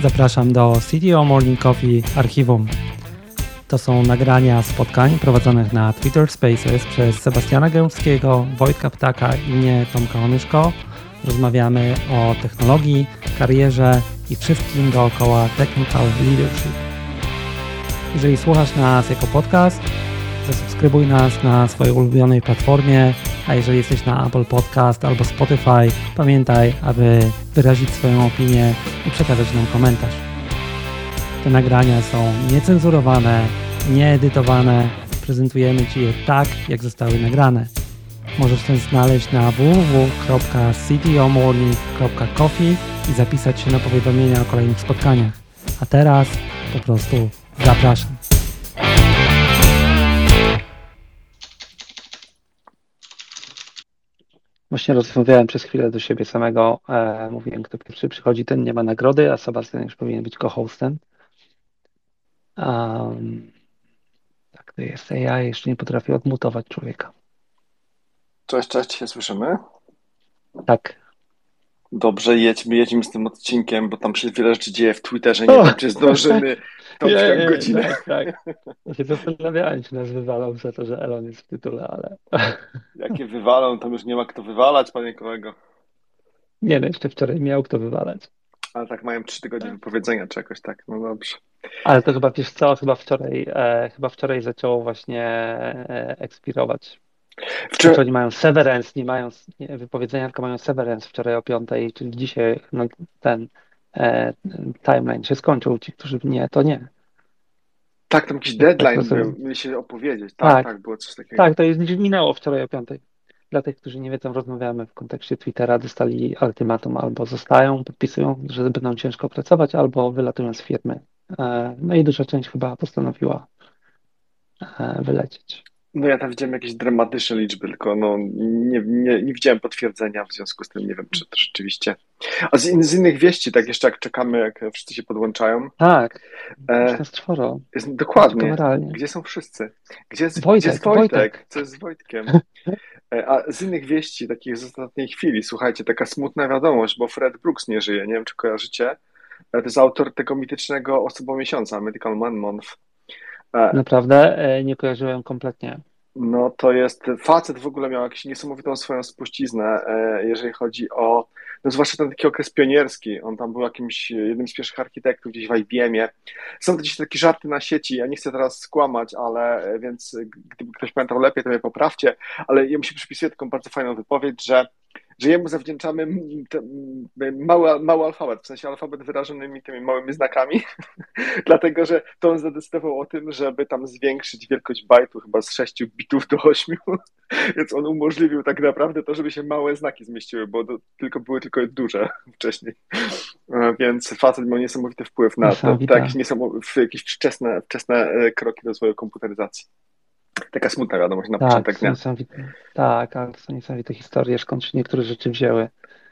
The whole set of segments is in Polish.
Zapraszam do CTO Morning Coffee Archiwum. To są nagrania spotkań prowadzonych na Twitter Spaces przez Sebastiana Gębskiego, Wojtka Ptaka i mnie, Tomka Onyszko. Rozmawiamy o technologii, karierze i wszystkim dookoła technical leadership. Jeżeli słuchasz nas jako podcast, zasubskrybuj nas na swojej ulubionej platformie, a jeżeli jesteś na Apple Podcast albo Spotify, pamiętaj, aby wyrazić swoją opinię i przekazać nam komentarz. Te nagrania są niecenzurowane, nieedytowane, prezentujemy Ci je tak, jak zostały nagrane. Możesz ten znaleźć na www.ctomorning.coffee i zapisać się na powiadomienia o kolejnych spotkaniach. A teraz po prostu zapraszam. Właśnie rozmawiałem przez chwilę do siebie samego. Mówiłem, kto pierwszy przychodzi, ten nie ma nagrody, a Sebastian już powinien być co-hostem. Tak to jest. Ja jeszcze nie potrafię odmutować człowieka. Cześć, się słyszymy? Tak. Dobrze, jedźmy z tym odcinkiem, bo tam się wiele rzeczy dzieje w Twitterze, nie wiem, czy zdążymy tą godzinę. Tak. Ja się zastanawiałem, czy nas wywalał za to, że Elon jest w tytule, ale... Jakie wywalą, tam już nie ma kto wywalać, panie kolego. Nie, no jeszcze wczoraj miał kto wywalać. Ale tak mają 3 tygodnie wypowiedzenia czy jakoś tak, no dobrze. Ale to chyba, wiesz co, chyba wczoraj zaczęło właśnie ekspirować. Znaczy oni mają severance, nie mają wypowiedzenia, tylko mają severance wczoraj o 5:00, czyli dzisiaj ten timeline się skończył. Ci, którzy nie, to nie. Tak, tam jakiś deadline był, mieli się opowiedzieć. Tak, było coś takiego. Tak, to minęło wczoraj o 5:00. Dla tych, którzy nie wiedzą, rozmawiamy w kontekście Twittera, dostali ultimatum, albo zostają, podpisują, że będą ciężko pracować, albo wylatują z firmy. No i duża część chyba postanowiła wylecieć. No ja tam widziałem jakieś dramatyczne liczby, tylko no nie widziałem potwierdzenia, w związku z tym nie wiem, czy to rzeczywiście. A z innych wieści, tak jeszcze jak czekamy, jak wszyscy się podłączają. Tak, już nas 4. Dokładnie. Gdzie są wszyscy? Gdzie jest Wojtek? Co jest z Wojtkiem? A z innych wieści, takich z ostatniej chwili, słuchajcie, taka smutna wiadomość, bo Fred Brooks nie żyje, nie wiem, czy kojarzycie. To jest autor tego mitycznego Osoba Miesiąca, Mythical Man Month. Naprawdę nie kompletnie. No to jest, facet w ogóle miał jakąś niesamowitą swoją spuściznę, jeżeli chodzi o, no zwłaszcza ten taki okres pionierski, on tam był jednym z pierwszych architektów gdzieś w IBM-ie. Są to gdzieś takie żarty na sieci, ja nie chcę teraz skłamać, ale więc gdyby ktoś pamiętał lepiej, to mnie poprawcie, ale jemu się przypisuje taką bardzo fajną wypowiedź, że jemu zawdzięczamy mały alfabet, w sensie alfabet wyrażonymi tymi małymi znakami, dlatego, że to on zadecydował o tym, żeby tam zwiększyć wielkość bajtu chyba z 6 bitów do 8, więc on umożliwił tak naprawdę to, żeby się małe znaki zmieściły, bo były tylko duże wcześniej, więc facet miał niesamowity wpływ na to, jakieś wczesne kroki rozwoju komputeryzacji. Taka smutna wiadomość na początek dnia. Tak, ale to są niesamowite historie, skąd się niektóre rzeczy wzięły.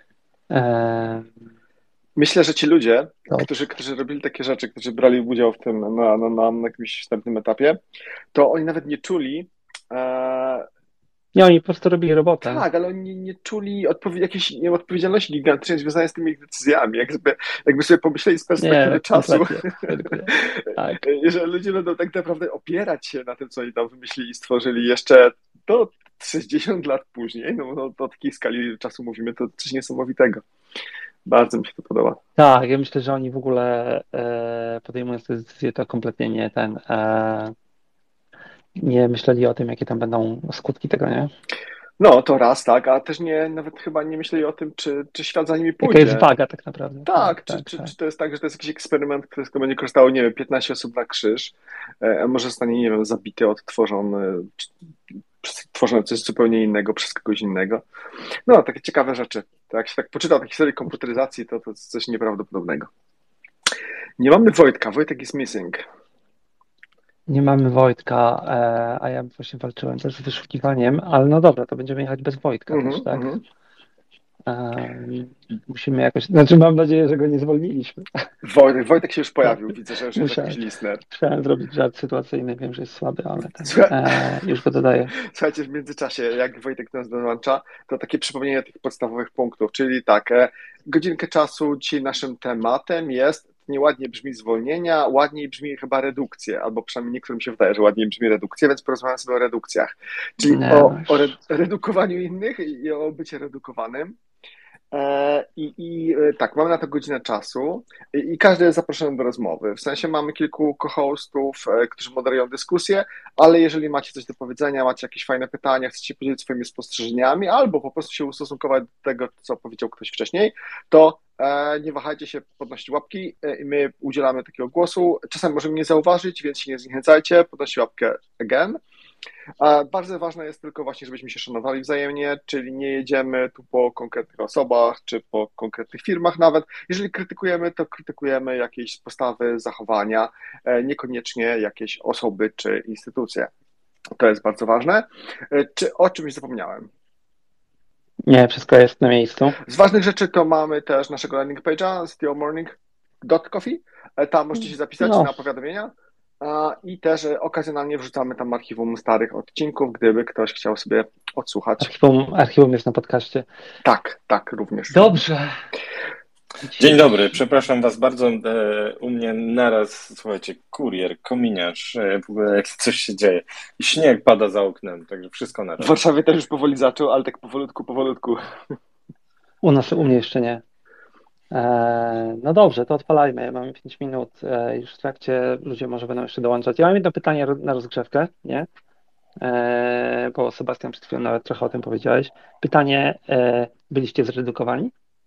Myślę, że ci ludzie, którzy robili takie rzeczy, którzy brali udział w tym na jakimś wstępnym etapie, to oni nawet nie czuli... Nie, oni po prostu robili robotę. Tak, ale oni nie czuli jakiejś odpowiedzialności gigantycznej związanej z tymi ich decyzjami. Jakby sobie pomyśleli z perspektywy czasu, tak. Że ludzie będą tak naprawdę opierać się na tym, co oni tam wymyślili i stworzyli jeszcze to 60 lat później, no o takiej skali czasu mówimy, to coś niesamowitego. Bardzo mi się to podoba. Tak, ja myślę, że oni w ogóle podejmując te decyzje, to kompletnie nie myśleli o tym, jakie tam będą skutki tego, nie? No, to raz, tak, a też nawet chyba nie myśleli o tym, czy świat za nimi pójdzie. Jaka jest waga tak naprawdę. Tak, czy to jest tak, że to jest jakiś eksperyment, którego będzie korzystało, nie wiem, 15 osób na krzyż, a może zostanie, nie wiem, zabity, odtworzony, tworzone coś zupełnie innego przez kogoś innego. No, takie ciekawe rzeczy. To jak się tak poczyta o tej historii komputeryzacji, to jest coś nieprawdopodobnego. Nie mamy Wojtka, Wojtek is missing. Nie mamy Wojtka, a ja właśnie walczyłem też z wyszukiwaniem, ale no dobra, to będziemy jechać bez Wojtka też, tak? Musimy jakoś, mam nadzieję, że go nie zwolniliśmy. Wojtek się już pojawił, widzę, że już jest jakiś listener. Musiałem zrobić żart sytuacyjny, wiem, że jest słaby, ale już go dodaję. Słuchajcie, w międzyczasie, jak Wojtek nas dołącza, to takie przypomnienie tych podstawowych punktów, czyli tak, godzinkę czasu. Dzisiaj naszym tematem jest nieładnie brzmi zwolnienia, ładniej brzmi chyba redukcje, albo przynajmniej niektórym się wydaje, że ładniej brzmi redukcje, więc porozmawiam sobie o redukcjach, czyli Nie, no o już. redukowaniu innych i o bycie redukowanym. Tak, mamy na to godzinę czasu i każdy jest zaproszony do rozmowy. W sensie mamy kilku co-hostów, którzy moderują dyskusję, ale jeżeli macie coś do powiedzenia, macie jakieś fajne pytania, chcecie podzielić swoimi spostrzeżeniami albo po prostu się ustosunkować do tego, co powiedział ktoś wcześniej, to nie wahajcie się podnosić łapki i my udzielamy takiego głosu. Czasem możemy nie zauważyć, więc się nie zniechęcajcie, podnoście łapkę again. A bardzo ważne jest tylko właśnie, żebyśmy się szanowali wzajemnie, czyli nie jedziemy tu po konkretnych osobach, czy po konkretnych firmach nawet. Jeżeli krytykujemy, to krytykujemy jakieś postawy, zachowania, niekoniecznie jakieś osoby czy instytucje. To jest bardzo ważne. Czy o czymś zapomniałem? Nie, wszystko jest na miejscu. Z ważnych rzeczy to mamy też naszego landing page'a stillmorning.coffee. Tam możecie się zapisać No, na powiadomienia. I też okazjonalnie wrzucamy tam archiwum starych odcinków, gdyby ktoś chciał sobie odsłuchać. archiwum jest na podcaście. Tak, tak, również. Dobrze. Dzień dobry, przepraszam Was bardzo. U mnie naraz, słuchajcie, kurier, kominiarz, w ogóle jak coś się dzieje. I śnieg pada za oknem, także wszystko W naraz. Warszawie też już powoli zaczął, ale tak powolutku, powolutku. U mnie jeszcze nie. No dobrze, to odpalajmy. Mamy 5 minut już w trakcie. Ludzie może będą jeszcze dołączać. Ja mam jedno pytanie na rozgrzewkę, nie? Bo Sebastian przed chwilą nawet trochę o tym powiedziałeś. Pytanie, byliście zredukowani?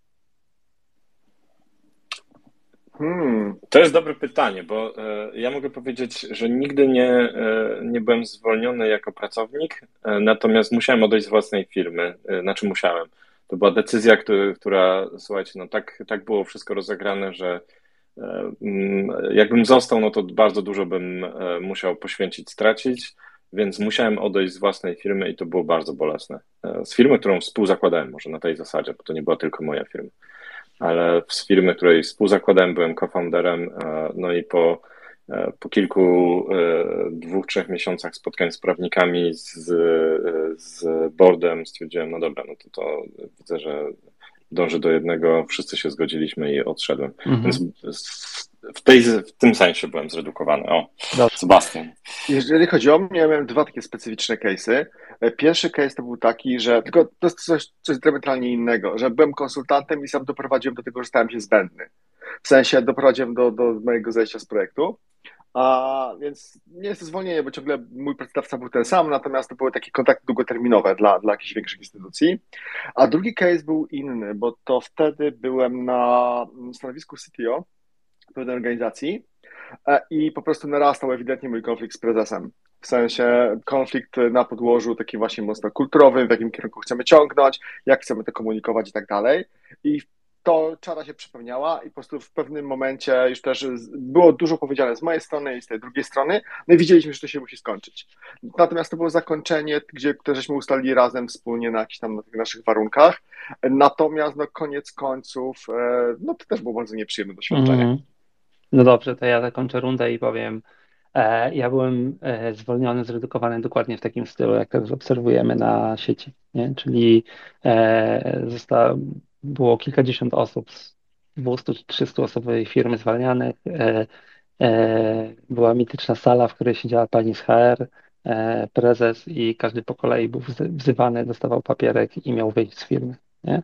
To jest dobre pytanie, bo ja mogę powiedzieć, że nigdy nie byłem zwolniony jako pracownik, natomiast musiałem odejść z własnej firmy. Znaczy musiałem. To była decyzja, która słuchajcie, no tak było wszystko rozegrane, że jakbym został, no to bardzo dużo bym musiał poświęcić, stracić, więc musiałem odejść z własnej firmy i to było bardzo bolesne. Z firmy, którą współzakładałem, może na tej zasadzie, bo to nie była tylko moja firma, ale z firmy, której współzakładałem, byłem co-founderem, no i po kilku, 2-3 miesiącach spotkań z prawnikami, z boardem stwierdziłem, no dobra, no to widzę, że dąży do jednego, wszyscy się zgodziliśmy i odszedłem. Więc w tym sensie byłem zredukowany. O, Dobrze. Sebastian. Jeżeli chodzi o mnie, ja miałem dwa takie specyficzne case'y. Pierwszy case to był taki, że tylko to jest coś diametralnie innego, że byłem konsultantem i sam doprowadziłem do tego, że stałem się zbędny. W sensie doprowadziłem do mojego zejścia z projektu. Więc nie jest to zwolnienie, bo ciągle mój pracodawca był ten sam, natomiast to były takie kontakty długoterminowe dla jakichś większych instytucji. A drugi case był inny, bo to wtedy byłem na stanowisku CTO pewnej organizacji i po prostu narastał ewidentnie mój konflikt z prezesem. W sensie konflikt na podłożu takim właśnie mocno kulturowym, w jakim kierunku chcemy ciągnąć, jak chcemy to komunikować i tak dalej. I to czara się przypełniała i po prostu w pewnym momencie już też było dużo powiedziane z mojej strony i z tej drugiej strony, no i widzieliśmy, że to się musi skończyć. Natomiast to było zakończenie, które żeśmy ustalili razem wspólnie na jakichś tam na tych naszych warunkach. Natomiast no koniec końców, no to też było bardzo nieprzyjemne doświadczenie. No dobrze, to ja zakończę rundę i powiem, ja byłem zwolniony, zredukowany dokładnie w takim stylu, jak teraz obserwujemy na sieci, nie? Czyli było kilkadziesiąt osób z 200 czy 300 osobowej firmy zwalnianych. Była mityczna sala, w której siedziała pani z HR, prezes i każdy po kolei był wzywany, dostawał papierek i miał wyjść z firmy, nie?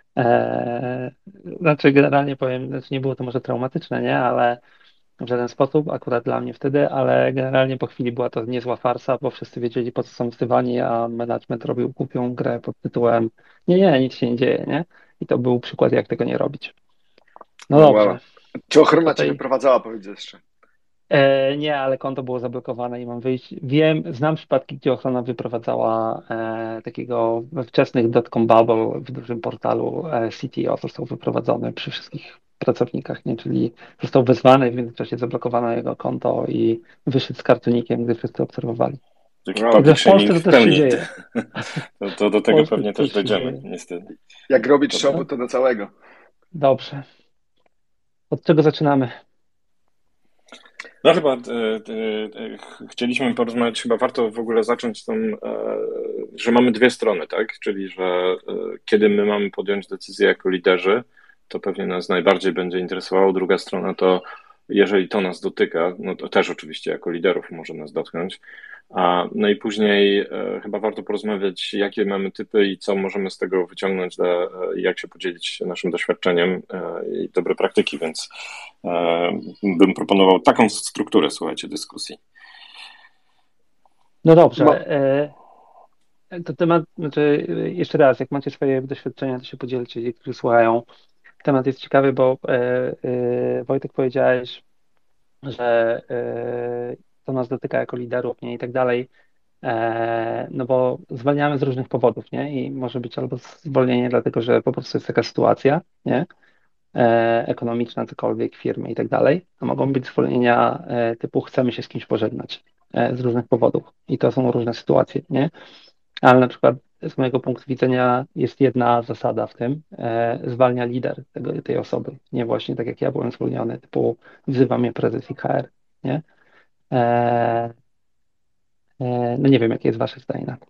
Znaczy generalnie powiem, znaczy nie było to może traumatyczne, nie? Ale w żaden sposób, akurat dla mnie wtedy, ale generalnie po chwili była to niezła farsa, bo wszyscy wiedzieli, po co są wzywani, a management robił głupią grę pod tytułem nie, nic się nie dzieje, nie? I to był przykład, jak tego nie robić. No dobrze. Czy ochrona cię Tutaj- wyprowadzała, powiedz jeszcze? Nie, ale konto było zablokowane i mam wyjść. Znam przypadki, gdzie ochrona wyprowadzała takiego we wczesnych dotcom bubble w dużym portalu CTO został wyprowadzony przy wszystkich pracownikach, nie? Czyli został wezwany, w międzyczasie zablokowano jego konto i wyszedł z kartonikiem, gdy wszyscy obserwowali. Public w Polsce to shaming w też się pełni. dzieje. To do tego Polsce pewnie coś też się dojdziemy, dzieje. niestety. Jak robić show, to do całego. Dobrze. Od czego zaczynamy? No chyba chcieliśmy porozmawiać, chyba warto w ogóle zacząć że mamy dwie strony, tak? Czyli, że kiedy my mamy podjąć decyzję jako liderzy, to pewnie nas najbardziej będzie interesowało. Druga strona to, jeżeli to nas dotyka, no to też oczywiście jako liderów może nas dotknąć. No i później chyba warto porozmawiać, jakie mamy typy i co możemy z tego wyciągnąć, jak się podzielić naszym doświadczeniem i dobre praktyki, więc bym proponował taką strukturę, słuchajcie, dyskusji. No dobrze. To temat, znaczy jeszcze raz, jak macie swoje doświadczenia, to się podzielcie, ci, którzy słuchają. Temat jest ciekawy, bo Wojtek, powiedziałeś, że to nas dotyka jako liderów, nie, i tak dalej, no bo zwalniamy z różnych powodów, nie, i może być albo zwolnienie dlatego, że po prostu jest taka sytuacja, nie, ekonomiczna, cokolwiek, firmy i tak dalej, a mogą być zwolnienia typu chcemy się z kimś pożegnać z różnych powodów i to są różne sytuacje, nie, ale na przykład z mojego punktu widzenia jest jedna zasada w tym, zwalnia lider tej osoby, nie właśnie tak jak ja byłem zwolniony, typu wzywa mnie prezes IHR, nie? No nie wiem, jakie jest wasze zdanie na to.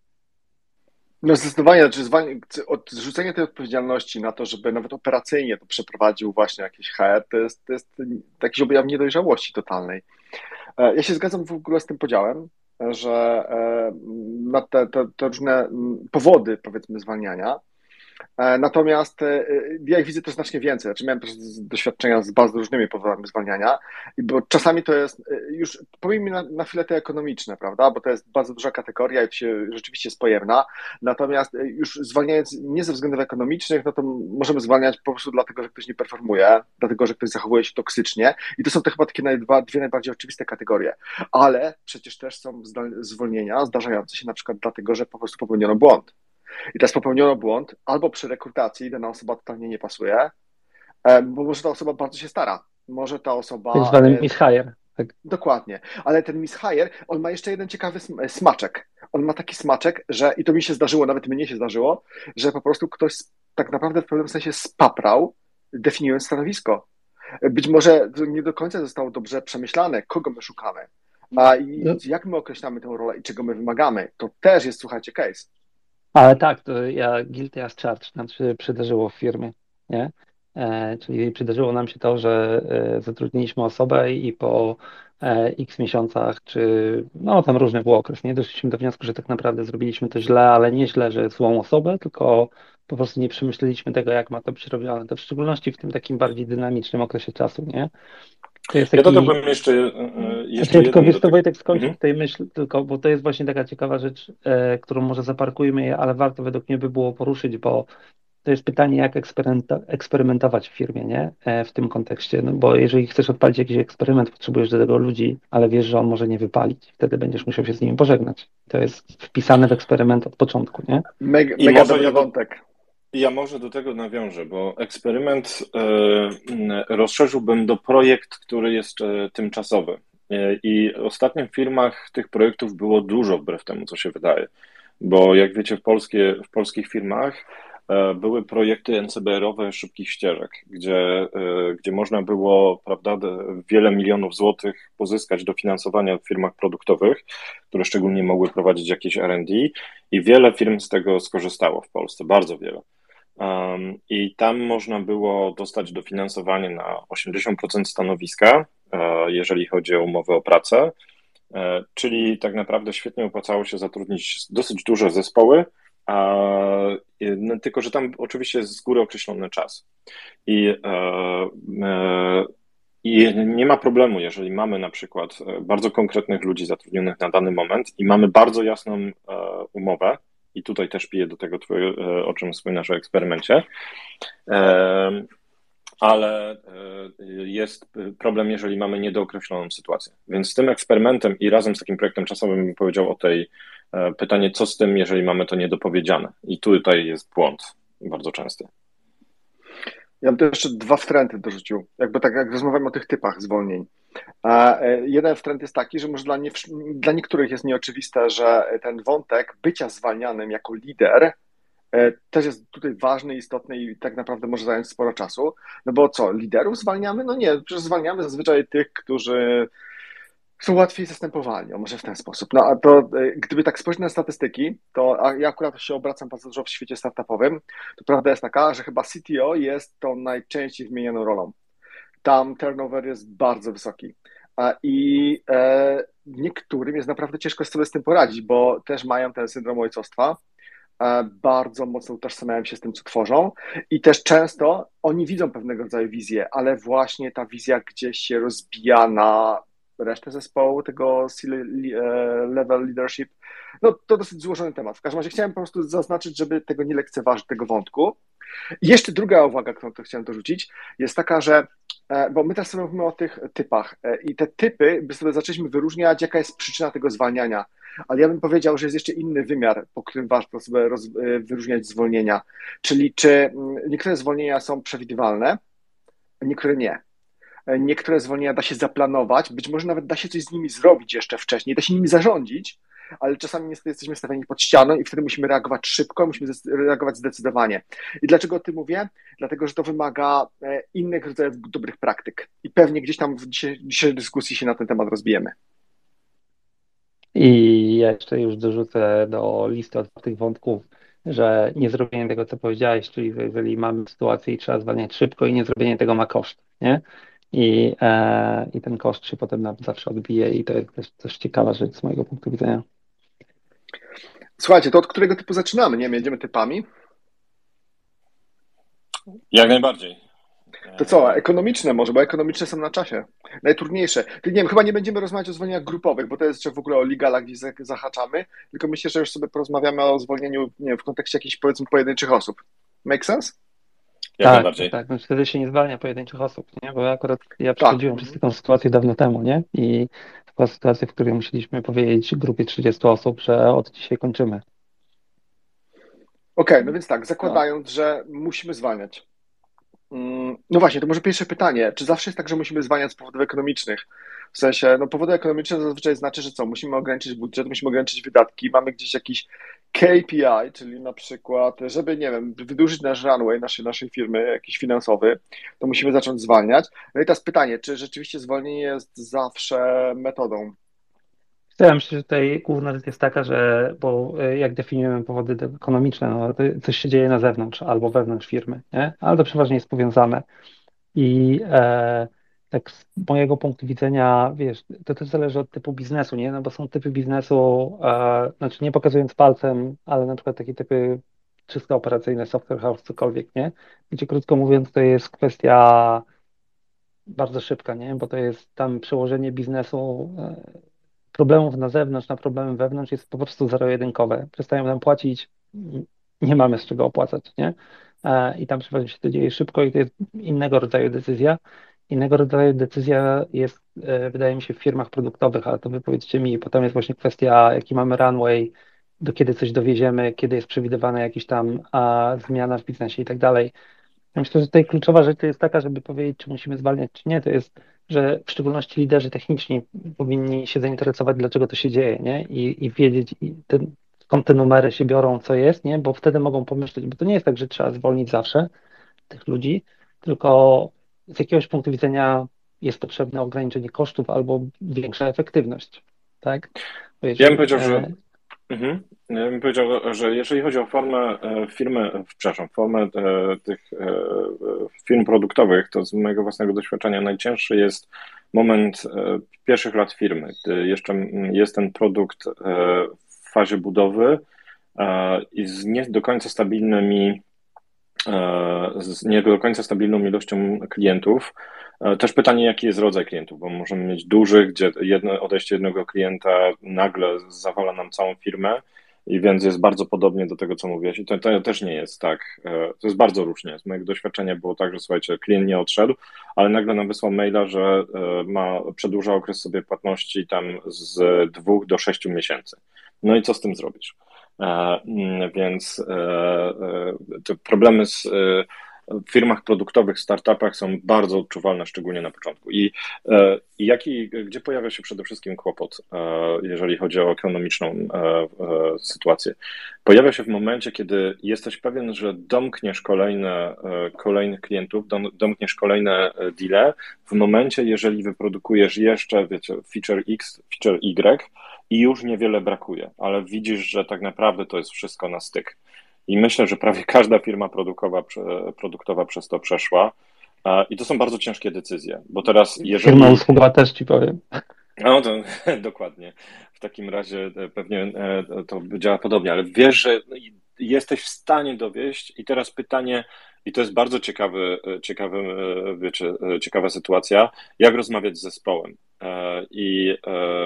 No zdecydowanie, zrzucenie tej odpowiedzialności na to, żeby nawet operacyjnie to przeprowadził właśnie jakiś HR, to jest jakiś objaw niedojrzałości totalnej. Ja się zgadzam w ogóle z tym podziałem, że na te różne powody, powiedzmy, zwalniania. Natomiast ja ich widzę też znacznie więcej. Znaczy miałem też doświadczenia z bardzo różnymi powodami zwalniania, bo czasami to jest już, pomijmy na chwilę te ekonomiczne, prawda, bo to jest bardzo duża kategoria i to się rzeczywiście jest pojemna. Natomiast już zwalniając nie ze względów ekonomicznych, no to możemy zwalniać po prostu dlatego, że ktoś nie performuje, dlatego, że ktoś zachowuje się toksycznie i to są te chyba takie dwie najbardziej oczywiste kategorie. Ale przecież też są zwolnienia zdarzające się na przykład dlatego, że po prostu popełniono błąd. I teraz popełniono błąd, albo przy rekrutacji dana osoba totalnie nie pasuje, bo może ta osoba bardzo się stara. Może ta osoba... Tak zwany mishire. Tak. Dokładnie. Ale ten mishire, on ma jeszcze jeden ciekawy smaczek. On ma taki smaczek, że, i to mi się zdarzyło, nawet mnie się zdarzyło, że po prostu ktoś tak naprawdę w pewnym sensie spaprał, definiując stanowisko. Być może nie do końca zostało dobrze przemyślane, kogo my szukamy, jak my określamy tę rolę i czego my wymagamy. To też jest, słuchajcie, case. Ale tak, to guilty as charged nam się przydarzyło w firmie, nie? Czyli przydarzyło nam się to, że zatrudniliśmy osobę i po x miesiącach, czy no tam różny był okres, nie? Doszliśmy do wniosku, że tak naprawdę zrobiliśmy to źle, ale nie źle, że złą osobę, tylko po prostu nie przemyśleliśmy tego, jak ma to być robione. To w szczególności w tym takim bardziej dynamicznym okresie czasu, nie? To jest taki... Ja dodałbym jeszcze tylko wiesz, to Wojtek skończyć Mhm. tej myśl, tylko, bo to jest właśnie taka ciekawa rzecz, którą może zaparkujmy, ale warto według mnie by było poruszyć, bo to jest pytanie, jak eksperymentować w firmie, nie? W tym kontekście, no bo jeżeli chcesz odpalić jakiś eksperyment, potrzebujesz do tego ludzi, ale wiesz, że on może nie wypalić, wtedy będziesz musiał się z nimi pożegnać. To jest wpisane w eksperyment od początku, nie? Mega dobry wątek. Ja może do tego nawiążę, bo eksperyment rozszerzyłbym do projekt, który jest tymczasowy. I ostatnio w firmach tych projektów było dużo, wbrew temu, co się wydaje. Bo jak wiecie, w polskich firmach były projekty NCBR-owe szybkich ścieżek, gdzie można było, prawda, wiele milionów złotych pozyskać dofinansowania w firmach produktowych, które szczególnie mogły prowadzić jakieś R&D i wiele firm z tego skorzystało w Polsce, bardzo wiele. I tam można było dostać dofinansowanie na 80% stanowiska, jeżeli chodzi o umowę o pracę, czyli tak naprawdę świetnie opłacało się zatrudnić dosyć duże zespoły, tylko że tam oczywiście jest z góry określony czas. I nie ma problemu, jeżeli mamy na przykład bardzo konkretnych ludzi zatrudnionych na dany moment i mamy bardzo jasną umowę, i tutaj też piję do tego, o czym wspominasz o eksperymencie, ale jest problem, jeżeli mamy niedookreśloną sytuację. Więc z tym eksperymentem i razem z takim projektem czasowym bym powiedział o tej pytanie, co z tym, jeżeli mamy to niedopowiedziane. I tutaj jest błąd bardzo częsty. Ja bym tu jeszcze dwa wtręty dorzucił, jakby tak jak rozmawiamy o tych typach zwolnień. Jeden wtręt jest taki, że może dla niektórych jest nieoczywiste, że ten wątek bycia zwalnianym jako lider też jest tutaj ważny, istotny i tak naprawdę może zająć sporo czasu. No bo co, liderów zwalniamy? No nie, przecież zwalniamy zazwyczaj tych, którzy są łatwiej zastępowalni, może w ten sposób. No a to gdyby tak spojrzeć na statystyki, to a ja akurat się obracam bardzo dużo w świecie startupowym, to prawda jest taka, że chyba CTO jest tą najczęściej wymienianą rolą. Tam turnover jest bardzo wysoki. I niektórym jest naprawdę ciężko sobie z tym poradzić, bo też mają ten syndrom ojcostwa, bardzo mocno utożsamiają się z tym, co tworzą i też często oni widzą pewnego rodzaju wizję, ale właśnie ta wizja gdzieś się rozbija na resztę zespołu, tego level leadership. No to dosyć złożony temat. W każdym razie chciałem po prostu zaznaczyć, żeby tego nie lekceważyć, tego wątku. I jeszcze druga uwaga, którą to chciałem dorzucić, jest taka, że bo my teraz sobie mówimy o tych typach i te typy, by sobie zaczęliśmy wyróżniać, jaka jest przyczyna tego zwalniania. Ale ja bym powiedział, że jest jeszcze inny wymiar, po którym warto sobie wyróżniać zwolnienia. Czyli czy niektóre zwolnienia są przewidywalne, niektóre nie. Niektóre zwolnienia da się zaplanować, być może nawet da się coś z nimi zrobić jeszcze wcześniej, da się nimi zarządzić, ale czasami niestety jesteśmy stawiani pod ścianą i wtedy musimy reagować szybko, musimy reagować zdecydowanie. I dlaczego o tym mówię? Dlatego, że to wymaga innych rodzajów dobrych praktyk. I pewnie gdzieś tam w dzisiejszej dyskusji się na ten temat rozbijemy. I ja jeszcze już dorzucę do listy otwartych wątków, że nie zrobienie tego, co powiedziałeś, czyli że jeżeli mamy sytuację i trzeba zwalniać szybko i nie zrobienie tego ma koszt, nie? I ten koszt się potem nam zawsze odbije i to jest też ciekawa rzecz z mojego punktu widzenia. Słuchajcie, to od którego typu zaczynamy? Nie wiem, jedziemy typami? Jak najbardziej. To co, ekonomiczne może, bo ekonomiczne są na czasie. Najtrudniejsze. Nie wiem, chyba nie będziemy rozmawiać o zwolnieniach grupowych, bo to jest jeszcze w ogóle o legalach, gdzie zahaczamy, tylko myślę, że już sobie porozmawiamy o zwolnieniu, nie wiem, w kontekście jakichś, powiedzmy, pojedynczych osób. Make sense? Jak najbardziej. Tak, no wtedy się nie zwalnia pojedynczych osób, nie? Bo ja przechodziłem przez taką sytuację dawno temu, nie? I to była sytuacja, w której musieliśmy powiedzieć grupie 30 osób, że od dzisiaj kończymy. Okej, no więc tak, zakładając, że musimy zwalniać. No właśnie, to może pierwsze pytanie. Czy zawsze jest tak, że musimy zwalniać z powodów ekonomicznych? W sensie, no powody ekonomiczne zazwyczaj znaczy, że co? Musimy ograniczyć budżet, musimy ograniczyć wydatki, mamy gdzieś jakiś KPI, czyli na przykład, żeby, nie wiem, wydłużyć nasz runway naszej firmy, jakiś finansowy, to musimy zacząć zwalniać. No i teraz pytanie, czy rzeczywiście zwolnienie jest zawsze metodą? Ja myślę, że tutaj główna rzecz jest taka, że bo jak definiujemy powody ekonomiczne, no to coś się dzieje na zewnątrz albo wewnątrz firmy, nie? Ale to przeważnie jest powiązane. I tak z mojego punktu widzenia, wiesz, to też zależy od typu biznesu, nie? No bo są typy biznesu, znaczy nie pokazując palcem, ale na przykład takie typy czysto operacyjne, software house, cokolwiek, nie? Gdzie krótko mówiąc to jest kwestia bardzo szybka, nie? Bo to jest tam przełożenie biznesu problemów na zewnątrz na problemy wewnątrz jest po prostu zero-jedynkowe. Przestają nam płacić, nie mamy z czego opłacać, nie? I tam przeważnie się to dzieje szybko i to jest innego rodzaju decyzja. Innego rodzaju decyzja jest, wydaje mi się, w firmach produktowych, ale to wy powiedzcie mi, bo tam jest właśnie kwestia, jaki mamy runway, do kiedy coś dowieziemy, kiedy jest przewidywana jakaś tam zmiana w biznesie i tak dalej. Ja myślę, że tutaj kluczowa rzecz to jest taka, żeby powiedzieć, czy musimy zwalniać, czy nie, to jest, że w szczególności liderzy techniczni powinni się zainteresować, dlaczego to się dzieje, nie? I wiedzieć, skąd te numery się biorą, co jest, nie? Bo wtedy mogą pomyśleć, bo to nie jest tak, że trzeba zwolnić zawsze tych ludzi, tylko z jakiegoś punktu widzenia jest potrzebne ograniczenie kosztów albo większa efektywność, tak? Ja bym powiedział, że Ja bym powiedział, że jeżeli chodzi o formę formę tych firm produktowych, to z mojego własnego doświadczenia najcięższy jest moment pierwszych lat firmy, gdy jeszcze jest ten produkt w fazie budowy i z nie do końca stabilną ilością klientów. Też pytanie, jaki jest rodzaj klientów, bo możemy mieć dużych, gdzie odejście jednego klienta nagle zawala nam całą firmę i więc jest bardzo podobnie do tego, co mówiłeś. I to też nie jest tak. To jest bardzo różnie. Z mojego doświadczenia było tak, że słuchajcie, klient nie odszedł, ale nagle nam wysłał maila, że przedłuża okres sobie płatności tam z 2 do 6 miesięcy. No i co z tym zrobisz? Więc te problemy w firmach produktowych, startupach są bardzo odczuwalne, szczególnie na początku. Gdzie pojawia się przede wszystkim kłopot, jeżeli chodzi o ekonomiczną sytuację? Pojawia się w momencie, kiedy jesteś pewien, że domkniesz kolejnych klientów, domkniesz kolejne deale, w momencie, jeżeli wyprodukujesz jeszcze, wiecie, feature X, feature Y i już niewiele brakuje, ale widzisz, że tak naprawdę to jest wszystko na styk. I myślę, że prawie każda firma produktowa przez to przeszła. I to są bardzo ciężkie decyzje, bo teraz jeżeli... Firma usługowa też ci powiem. No to dokładnie. W takim razie pewnie to działa podobnie, ale wiesz, że jesteś w stanie dowieść i teraz pytanie, i to jest bardzo ciekawa sytuacja, jak rozmawiać z zespołem i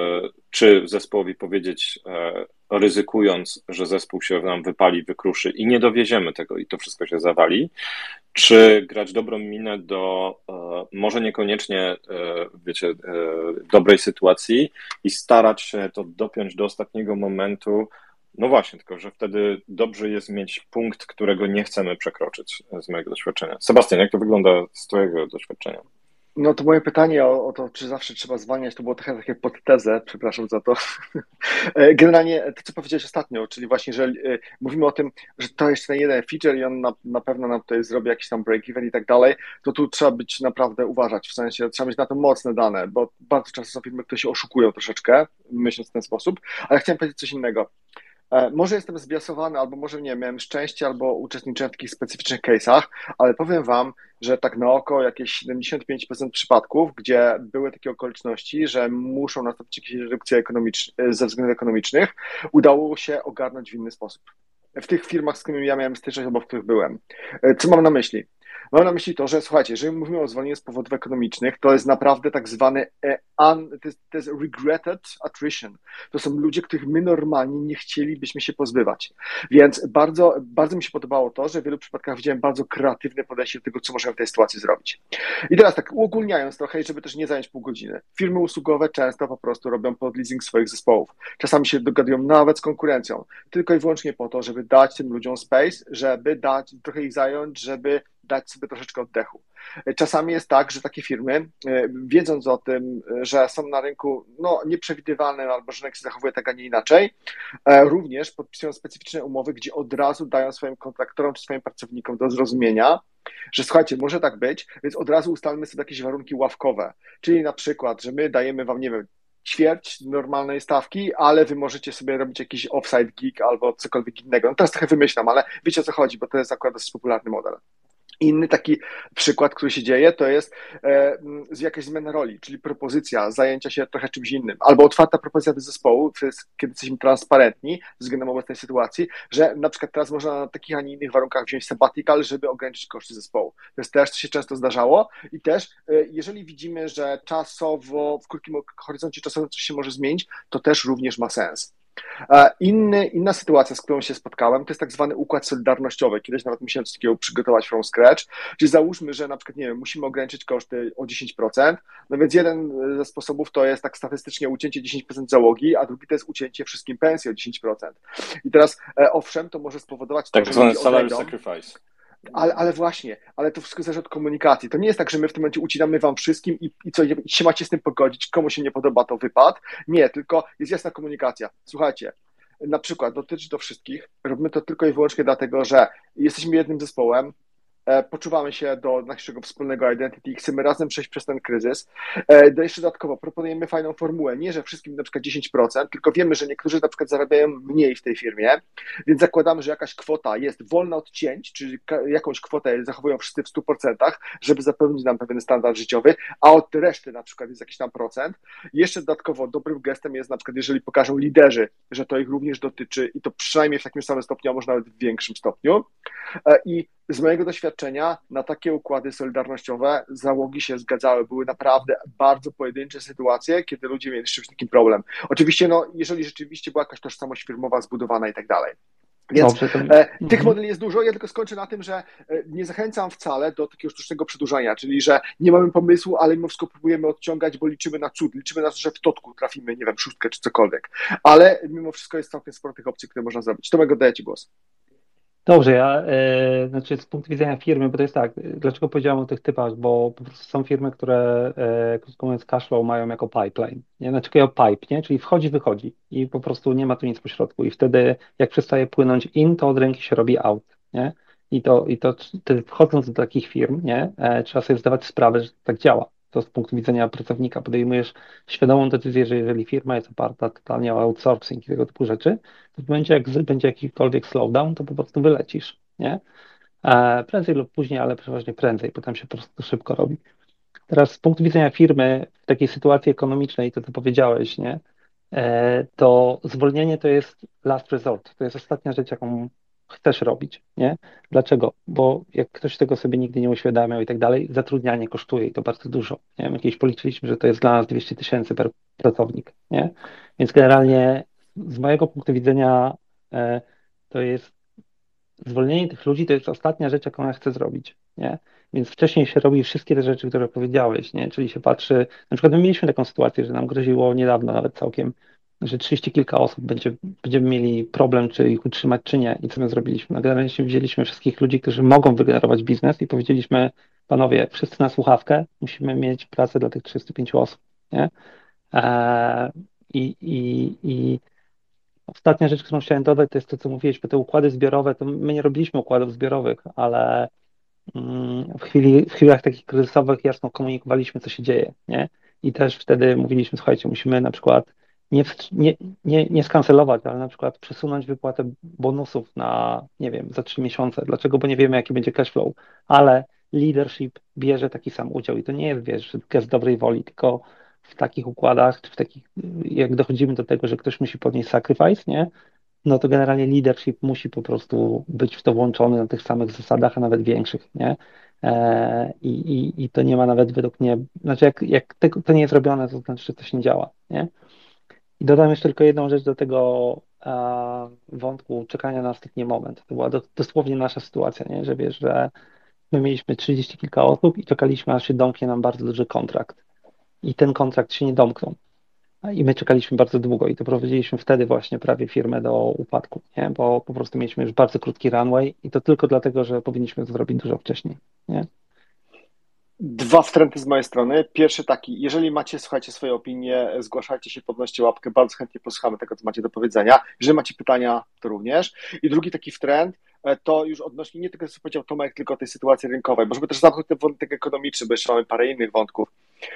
czy zespołowi powiedzieć, ryzykując, że zespół się nam wypali, wykruszy i nie dowieziemy tego i to wszystko się zawali, czy grać dobrą minę do może niekoniecznie, wiecie, dobrej sytuacji i starać się to dopiąć do ostatniego momentu. No właśnie, tylko że wtedy dobrze jest mieć punkt, którego nie chcemy przekroczyć z mojego doświadczenia. Sebastian, jak to wygląda z twojego doświadczenia? No to moje pytanie o to, czy zawsze trzeba zwalniać, to było trochę takie podtezę, przepraszam za to. Generalnie to, co powiedziałeś ostatnio, czyli właśnie, że mówimy o tym, że to jest ten jeden feature i on na pewno nam tutaj zrobi jakiś tam break-even i tak dalej, to tu trzeba być naprawdę uważać, w sensie trzeba mieć na to mocne dane, bo bardzo często są firmy, które się oszukują troszeczkę, myśląc w ten sposób, ale chciałem powiedzieć coś innego. Może jestem zbiasowany, albo może nie, miałem szczęście, albo uczestniczyłem w takich specyficznych case'ach, ale powiem wam, że tak na oko jakieś 75% przypadków, gdzie były takie okoliczności, że muszą nastąpić jakieś redukcje ze względów ekonomicznych, udało się ogarnąć w inny sposób. W tych firmach, z którymi ja miałem styczność, albo w których byłem. Co mam na myśli? Mam na myśli to, że słuchajcie, jeżeli mówimy o zwolnieniu z powodów ekonomicznych, to jest naprawdę tak zwany to jest regretted attrition. To są ludzie, których my normalnie nie chcielibyśmy się pozbywać. Więc bardzo, bardzo mi się podobało to, że w wielu przypadkach widziałem bardzo kreatywne podejście do tego, co możemy w tej sytuacji zrobić. I teraz tak uogólniając trochę, żeby też nie zająć pół godziny. Firmy usługowe często po prostu robią podleasing swoich zespołów. Czasami się dogadują nawet z konkurencją. Tylko i wyłącznie po to, żeby dać tym ludziom space, żeby dać, trochę ich zająć, żeby dać sobie troszeczkę oddechu. Czasami jest tak, że takie firmy, wiedząc o tym, że są na rynku nieprzewidywalne albo że rynek się zachowuje tak, a nie inaczej, również podpisują specyficzne umowy, gdzie od razu dają swoim kontraktorom czy swoim pracownikom do zrozumienia, że słuchajcie, może tak być, więc od razu ustalmy sobie jakieś warunki ławkowe, czyli na przykład, że my dajemy wam, nie wiem, ćwierć normalnej stawki, ale wy możecie sobie robić jakiś offsite gig albo cokolwiek innego. No teraz trochę wymyślam, ale wiecie o co chodzi, bo to jest akurat dosyć popularny model. Inny taki przykład, który się dzieje, to jest jakaś zmiana roli, czyli propozycja zajęcia się trochę czymś innym, albo otwarta propozycja do zespołu, kiedy jesteśmy transparentni względem obecnej sytuacji, że na przykład teraz można na takich, a nie innych warunkach wziąć sabbatical, żeby ograniczyć koszty zespołu. To jest też, co się często zdarzało i też, jeżeli widzimy, że czasowo, w krótkim horyzoncie czasowym coś się może zmienić, to też również ma sens. Inna sytuacja, z którą się spotkałem, to jest tak zwany układ solidarnościowy. Kiedyś nawet musiałem coś takiego przygotować from scratch, czyli załóżmy, że na przykład, nie wiem, musimy ograniczyć koszty o 10%, no więc jeden ze sposobów to jest tak statystycznie ucięcie 10% załogi, a drugi to jest ucięcie wszystkim pensji o 10%. I teraz, owszem, to może spowodować to, tak zwany salary sacrifice. Ale właśnie, ale to wszystko zależy od komunikacji. To nie jest tak, że my w tym momencie ucinamy wam wszystkim i co, się macie z tym pogodzić, komu się nie podoba, to wypad. Nie, tylko jest jasna komunikacja. Słuchajcie, na przykład dotyczy to wszystkich, robimy to tylko i wyłącznie dlatego, że jesteśmy jednym zespołem, poczuwamy się do naszego wspólnego identity i chcemy razem przejść przez ten kryzys. Jeszcze dodatkowo proponujemy fajną formułę, nie, że wszystkim na przykład 10%, tylko wiemy, że niektórzy na przykład zarabiają mniej w tej firmie, więc zakładamy, że jakaś kwota jest wolna od cięć, czyli jakąś kwotę zachowują wszyscy w 100%, żeby zapewnić nam pewien standard życiowy, a od reszty na przykład jest jakiś tam procent. Jeszcze dodatkowo dobrym gestem jest na przykład, jeżeli pokażą liderzy, że to ich również dotyczy i to przynajmniej w takim samym stopniu, a może nawet w większym stopniu. I z mojego doświadczenia na takie układy solidarnościowe załogi się zgadzały. Były naprawdę bardzo pojedyncze sytuacje, kiedy ludzie mieli z czymś takim problem. Oczywiście, jeżeli rzeczywiście była jakaś tożsamość firmowa zbudowana i tak dalej. Więc tych modeli jest dużo, ja tylko skończę na tym, że nie zachęcam wcale do takiego sztucznego przedłużania, czyli że nie mamy pomysłu, ale mimo wszystko próbujemy odciągać, bo liczymy na cud, liczymy na to, że w totku trafimy, nie wiem, szóstkę czy cokolwiek. Ale mimo wszystko jest całkiem sporo tych opcji, które można zrobić. Tomek, oddaję Ci głos. Dobrze, znaczy z punktu widzenia firmy, bo to jest tak, dlaczego powiedziałem o tych typach, bo po prostu są firmy, które, krótko mówiąc, cashflow mają jako pipeline, nie? Znaczy jako pipe, nie? Czyli wchodzi, wychodzi i po prostu nie ma tu nic pośrodku i wtedy jak przestaje płynąć in, to od ręki się robi out, nie? Wchodząc do takich firm, nie? Trzeba sobie zdawać sprawę, że tak działa. To z punktu widzenia pracownika podejmujesz świadomą decyzję, że jeżeli firma jest oparta totalnie o outsourcing i tego typu rzeczy, to w momencie, jak będzie jakikolwiek slowdown, to po prostu wylecisz, nie? Prędzej lub później, ale przeważnie prędzej, bo tam się po prostu szybko robi. Teraz z punktu widzenia firmy, w takiej sytuacji ekonomicznej, to ty powiedziałeś, nie? To zwolnienie to jest last resort, to jest ostatnia rzecz, jaką chcesz robić, nie? Dlaczego? Bo jak ktoś tego sobie nigdy nie uświadamiał i tak dalej, zatrudnianie kosztuje i to bardzo dużo, nie wiem, jakieś policzyliśmy, że to jest dla nas 200 tysięcy per pracownik, nie? Więc generalnie z mojego punktu widzenia to jest zwolnienie tych ludzi to jest ostatnia rzecz, jaką ja chcę zrobić, nie? Więc wcześniej się robi wszystkie te rzeczy, które powiedziałeś, nie? Czyli się patrzy, na przykład my mieliśmy taką sytuację, że nam groziło niedawno nawet całkiem, że 30 kilka osób będziemy mieli problem, czy ich utrzymać, czy nie. I co my zrobiliśmy? No, generalnie wzięliśmy wszystkich ludzi, którzy mogą wygenerować biznes i powiedzieliśmy, panowie, wszyscy na słuchawkę, musimy mieć pracę dla tych 35 osób, nie? Eee, i Ostatnia rzecz, którą chciałem dodać, to jest to, co mówiłeś, bo te układy zbiorowe, to my nie robiliśmy układów zbiorowych, ale w chwilach takich kryzysowych jasno komunikowaliśmy, co się dzieje, nie? I też wtedy mówiliśmy, słuchajcie, musimy na przykład nie skancelować, ale na przykład przesunąć wypłatę bonusów na, nie wiem, za 3 miesiące. Dlaczego? Bo nie wiemy, jaki będzie cash flow, ale leadership bierze taki sam udział i to nie jest, wiesz, z dobrej woli, tylko w takich układach, czy w takich, jak dochodzimy do tego, że ktoś musi podnieść sacrifice, nie? No to generalnie leadership musi po prostu być w to włączony na tych samych zasadach, a nawet większych, nie? I to nie ma nawet według mnie, znaczy jak to nie jest robione, to znaczy, że coś nie działa, nie? I dodam jeszcze tylko jedną rzecz do tego wątku czekania na ostatni moment. To była dosłownie nasza sytuacja, nie? Że wiesz, że my mieliśmy 30 kilka osób i czekaliśmy, aż się domknie nam bardzo duży kontrakt. I ten kontrakt się nie domknął. I my czekaliśmy bardzo długo i doprowadziliśmy wtedy właśnie prawie firmę do upadku, nie? Bo po prostu mieliśmy już bardzo krótki runway i to tylko dlatego, że powinniśmy to zrobić dużo wcześniej, nie? Dwa wtręty z mojej strony. Pierwszy taki, jeżeli macie, słuchajcie, swoje opinie, zgłaszajcie się, podnoście łapkę, bardzo chętnie posłuchamy tego, co macie do powiedzenia. Jeżeli macie pytania, to również. I drugi taki wtręt, to już odnośnie nie tylko, co powiedział Tomek, tylko tej sytuacji rynkowej, bo żeby też zamknąć ten wątek ekonomiczny, bo jeszcze mamy parę innych wątków.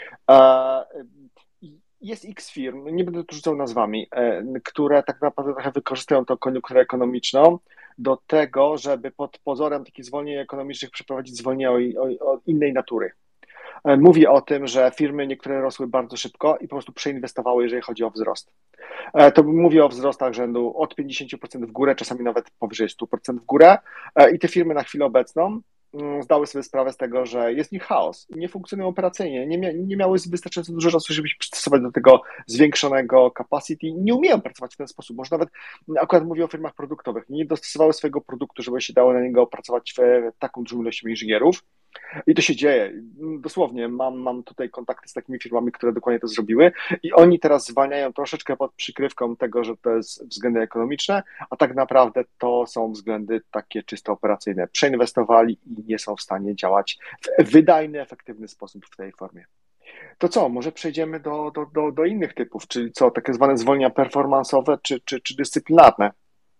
Jest X firm, nie będę tu rzucał nazwami, które tak naprawdę trochę wykorzystują tą koniunkturę ekonomiczną do tego, żeby pod pozorem takich zwolnień ekonomicznych przeprowadzić zwolnienia o innej natury. Mówi o tym, że firmy niektóre rosły bardzo szybko i po prostu przeinwestowały, jeżeli chodzi o wzrost. To mówi o wzrostach rzędu od 50% w górę, czasami nawet powyżej 100% w górę i te firmy na chwilę obecną zdały sobie sprawę z tego, że jest w nich chaos, nie funkcjonują operacyjnie, nie miały wystarczająco dużo czasu, żeby się przystosować do tego zwiększonego capacity, nie umieją pracować w ten sposób, może nawet, akurat mówię o firmach produktowych, nie dostosowały swojego produktu, żeby się dało na niego pracować w taką dużą ilością inżynierów. I to się dzieje. Dosłownie mam tutaj kontakty z takimi firmami, które dokładnie to zrobiły i oni teraz zwalniają troszeczkę pod przykrywką tego, że to jest względy ekonomiczne, a tak naprawdę to są względy takie czysto operacyjne. Przeinwestowali i nie są w stanie działać w wydajny, efektywny sposób w tej formie. To co, może przejdziemy do innych typów, czyli co, takie zwane zwolnienia performance'owe czy dyscyplinarne?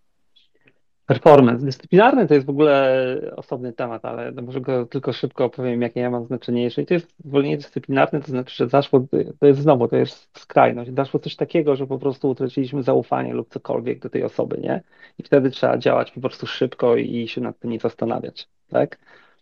Performance. Dyscyplinarny to jest w ogóle osobny temat, ale no może go tylko szybko opowiem, jakie ja mam znaczenie. Jeżeli to jest zwolnienie dyscyplinarne, to znaczy, że zaszło, to jest skrajność. Zaszło coś takiego, że po prostu utraciliśmy zaufanie lub cokolwiek do tej osoby, nie? I wtedy trzeba działać po prostu szybko i się nad tym nie zastanawiać, tak?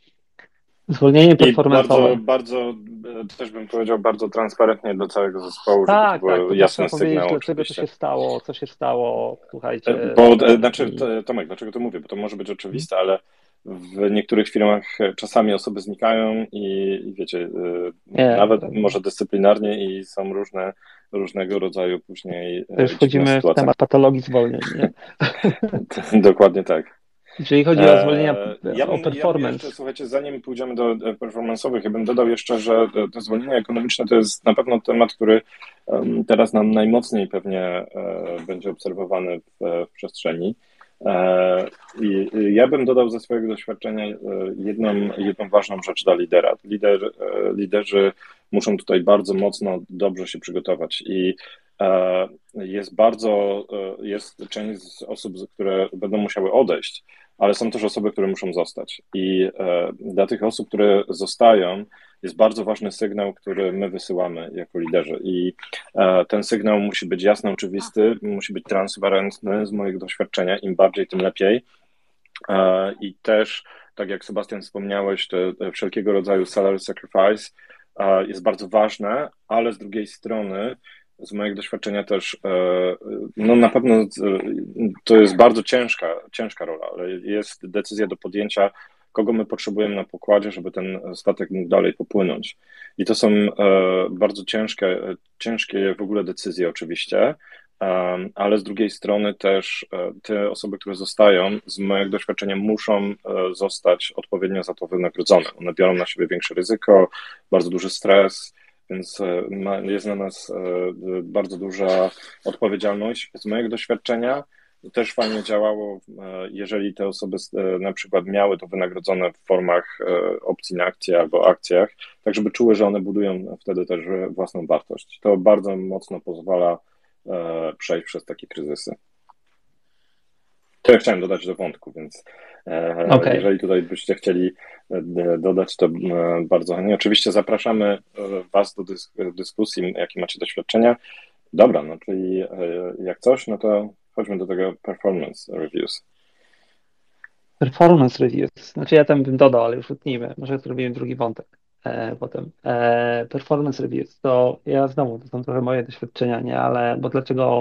Zwolnienie I bardzo, performance'owe. bardzo, też bym powiedział, bardzo transparentnie do całego zespołu, żeby to Tak, tak, był to też trzeba jasny powiedzieć, sygnał dlaczego to oczywiście. się stało, co się stało, słuchajcie, Bo, ten znaczy, i... Tomek, dlaczego to mówię? Bo to może być oczywiste, ale w niektórych firmach czasami osoby znikają i wiecie, Nie, nawet może dyscyplinarnie i są różnego rodzaju później to już dziwne wchodzimy w sytuacje. temat patologii zwolnień, nie? Dokładnie tak. Jeżeli chodzi o zwolnienia, o Ja bym jeszcze, performance, słuchajcie, zanim pójdziemy do performance'owych, ja bym dodał jeszcze, że te zwolnienia ekonomiczne to jest na pewno temat, który teraz nam najmocniej pewnie będzie obserwowany w przestrzeni. I ja bym dodał ze swojego doświadczenia jedną ważną rzecz dla lidera. Liderzy muszą tutaj bardzo mocno, dobrze się przygotować i jest część z osób, które będą musiały odejść, ale są też osoby, które muszą zostać. I dla tych osób, które zostają, jest bardzo ważny sygnał, który my wysyłamy jako liderzy. I ten sygnał musi być jasny, oczywisty, musi być transparentny z mojego doświadczenia. Im bardziej, tym lepiej. I też, tak jak Sebastian wspomniałeś, te wszelkiego rodzaju salary sacrifice jest bardzo ważne, ale z drugiej strony, z mojego doświadczenia też, no na pewno to jest bardzo ciężka rola, ale jest decyzja do podjęcia, kogo my potrzebujemy na pokładzie, żeby ten statek mógł dalej popłynąć. I to są bardzo ciężkie w ogóle decyzje oczywiście, ale z drugiej strony też te osoby, które zostają, z mojego doświadczenia muszą zostać odpowiednio za to wynagrodzone. One biorą na siebie większe ryzyko, bardzo duży stres, więc jest na nas bardzo duża odpowiedzialność. Z mojego doświadczenia też fajnie działało, jeżeli te osoby na przykład miały to wynagrodzone w formach opcji na akcje albo akcjach, tak żeby czuły, że one budują wtedy też własną wartość. To bardzo mocno pozwala przejść przez takie kryzysy. To ja chciałem dodać do wątku, więc jeżeli tutaj byście chcieli dodać, to bardzo chętnie. Oczywiście zapraszamy Was do dyskusji, jakie macie doświadczenia. Dobra, no czyli jak coś, no to chodźmy do tego performance reviews. Performance reviews. Znaczy ja tam bym dodał, ale już utnijmy. Może zrobimy drugi wątek potem. Performance reviews. To ja znowu, to są trochę moje doświadczenia, nie? Ale bo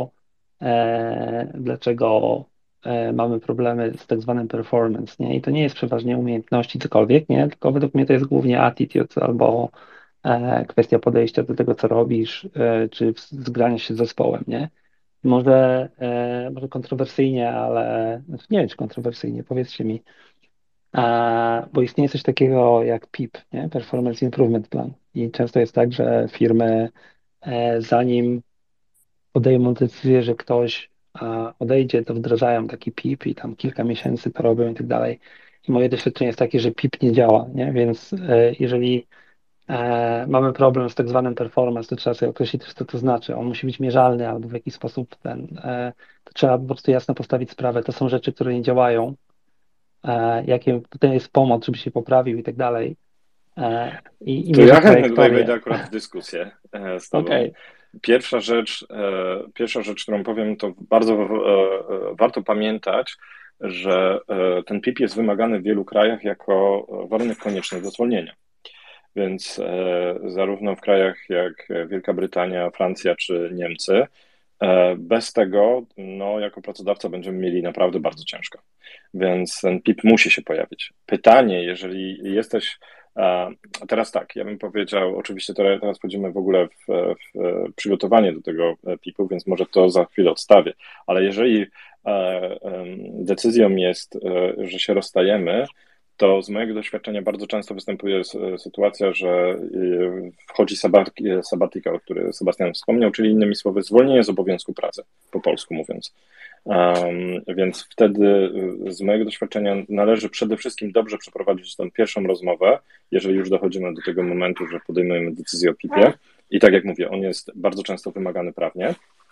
dlaczego mamy problemy z tak zwanym performance, nie? I to nie jest przeważnie umiejętności, cokolwiek, nie? Tylko według mnie to jest głównie attitude albo kwestia podejścia do tego, co robisz, czy zgrania się z zespołem, nie? Może kontrowersyjnie, ale znaczy nie wiem, czy kontrowersyjnie, powiedzcie mi, bo istnieje coś takiego jak PIP, nie? Performance Improvement Plan. I często jest tak, że firmy, zanim podejmą decyzję, że ktoś odejdzie, to wdrażają taki PIP i tam kilka miesięcy to robią i tak dalej. I moje doświadczenie jest takie, że PIP nie działa, nie? Więc jeżeli mamy problem z tak zwanym performance, to trzeba sobie określić też, co to znaczy. On musi być mierzalny albo w jakiś sposób to trzeba po prostu jasno postawić sprawę. To są rzeczy, które nie działają. Jakie tutaj jest pomoc, żeby się poprawił i tak dalej. I To mierzyć ja chętnie tutaj trajektorię. wejdę akurat w dyskusję z Tobą. Okej. Pierwsza rzecz, którą powiem, to bardzo warto pamiętać, że ten PIP jest wymagany w wielu krajach jako warunek konieczny do zwolnienia. Więc zarówno w krajach jak Wielka Brytania, Francja czy Niemcy, bez tego, no, jako pracodawca będziemy mieli naprawdę bardzo ciężko. Więc ten PIP musi się pojawić. Pytanie, jeżeli jesteś. Teraz tak, ja bym powiedział, oczywiście teraz wchodzimy w ogóle w przygotowanie do tego PIP-u, więc może to za chwilę odstawię, ale jeżeli decyzją jest, że się rozstajemy, to z mojego doświadczenia bardzo często występuje sytuacja, że wchodzi sabbatical, o którym Sebastian wspomniał, czyli innymi słowy zwolnienie z obowiązku pracy, po polsku mówiąc. Więc wtedy z mojego doświadczenia należy przede wszystkim dobrze przeprowadzić tę pierwszą rozmowę, jeżeli już dochodzimy do tego momentu, że podejmujemy decyzję o PIP-ie. I tak jak mówię, on jest bardzo często wymagany prawnie.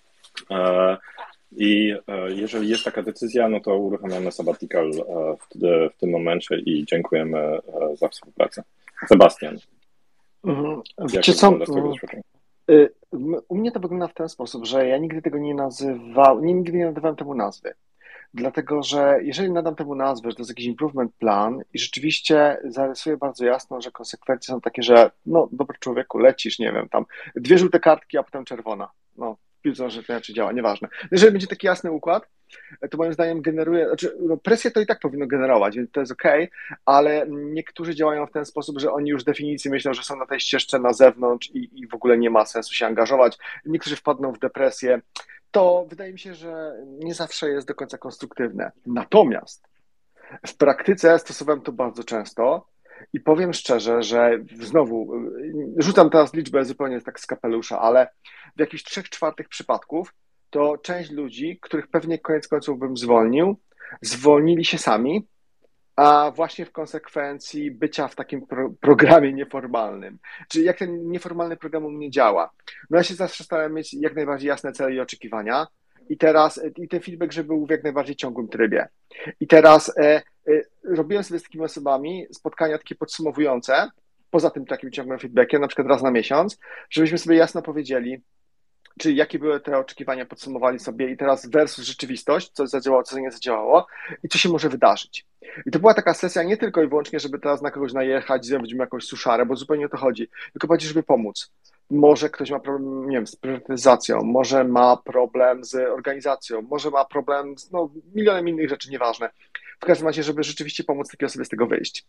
I jeżeli jest taka decyzja, no to uruchamiamy sabbatical w tym momencie i dziękujemy za współpracę. Sebastian, jak wygląda z twojego doświadczenia? U mnie to wygląda w ten sposób, że ja nigdy tego nigdy nie nadawałem temu nazwy. Dlatego, że jeżeli nadam temu nazwę, że to jest jakiś improvement plan i rzeczywiście zarysuję bardzo jasno, że konsekwencje są takie, że no dobry człowieku, lecisz, nie wiem, tam 2 żółte kartki, a potem czerwona. No, w piłce nożnej to inaczej działa, nieważne. Jeżeli będzie taki jasny układ, to moim zdaniem generuje, znaczy no presję to i tak powinno generować, więc to jest okej, ale niektórzy działają w ten sposób, że oni już z definicji myślą, że są na tej ścieżce na zewnątrz i w ogóle nie ma sensu się angażować. Niektórzy wpadną w depresję. To wydaje mi się, że nie zawsze jest do końca konstruktywne. Natomiast w praktyce stosowałem to bardzo często i powiem szczerze, że znowu rzucam teraz liczbę zupełnie tak z kapelusza, ale w jakichś 3/4 przypadków to część ludzi, których pewnie koniec końców bym zwolnił, zwolnili się sami, a właśnie w konsekwencji bycia w takim programie nieformalnym. Czyli jak ten nieformalny program u mnie działa? No ja się zawsze starałem mieć jak najbardziej jasne cele i oczekiwania i teraz i ten feedback, żeby był w jak najbardziej ciągłym trybie. I teraz robiłem sobie z takimi osobami spotkania takie podsumowujące, poza tym takim ciągłym feedbackiem, na przykład raz na miesiąc, żebyśmy sobie jasno powiedzieli, czyli jakie były te oczekiwania, podsumowali sobie i teraz versus rzeczywistość, co zadziałało, co nie zadziałało i co się może wydarzyć. I to była taka sesja nie tylko i wyłącznie, żeby teraz na kogoś najechać, zrobić mu jakąś suszarę, bo zupełnie o to chodzi, tylko bardziej, żeby pomóc. Może ktoś ma problem, nie wiem, z priorytetyzacją, może ma problem z organizacją, może ma problem z milionem innych rzeczy, nieważne. W każdym razie, żeby rzeczywiście pomóc takiej osobie z tego wyjść.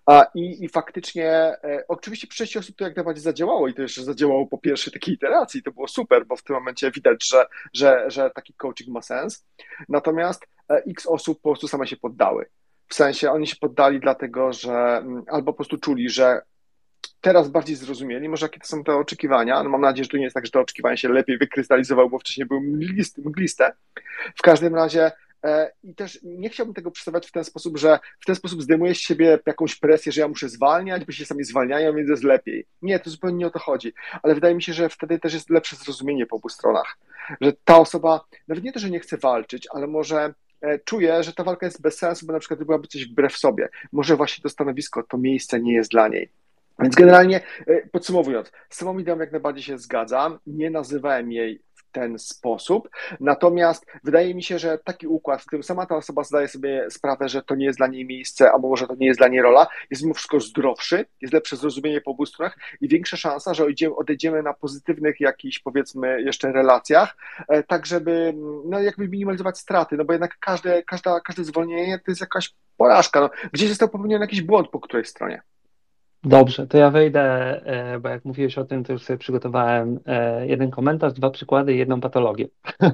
I faktycznie, oczywiście przy 6 osób to jak najbardziej zadziałało i to jeszcze zadziałało po pierwszej takiej iteracji, to było super, bo w tym momencie widać, że taki coaching ma sens. Natomiast x osób po prostu same się poddały. W sensie oni się poddali dlatego, że albo po prostu czuli, że teraz bardziej zrozumieli, może jakie to są te oczekiwania. No mam nadzieję, że to nie jest tak, że te oczekiwania się lepiej wykrystalizowały, bo wcześniej były mgliste. W każdym razie i też nie chciałbym tego przedstawiać w ten sposób, że w ten sposób zdejmuję z siebie jakąś presję, że ja muszę zwalniać, bo się sami zwalniają, więc jest lepiej. Nie, to zupełnie nie o to chodzi. Ale wydaje mi się, że wtedy też jest lepsze zrozumienie po obu stronach. Że ta osoba, nawet nie to, że nie chce walczyć, ale może czuje, że ta walka jest bez sensu, bo na przykład byłaby coś wbrew sobie. Może właśnie to stanowisko, to miejsce nie jest dla niej. Więc generalnie podsumowując, z samą ideą jak najbardziej się zgadzam, nie nazywałem jej w ten sposób, natomiast wydaje mi się, że taki układ, w którym sama ta osoba zdaje sobie sprawę, że to nie jest dla niej miejsce, albo może to nie jest dla niej rola, jest mimo wszystko zdrowszy, jest lepsze zrozumienie po obu stronach i większa szansa, że odejdziemy na pozytywnych jakichś powiedzmy jeszcze relacjach, tak żeby jakby minimalizować straty, no bo jednak każde zwolnienie to jest jakaś porażka, no, gdzieś został popełniony jakiś błąd po której stronie. Dobrze, to ja wejdę, bo jak mówiłeś o tym, to już sobie przygotowałem jeden komentarz, 2 przykłady i 1 patologię.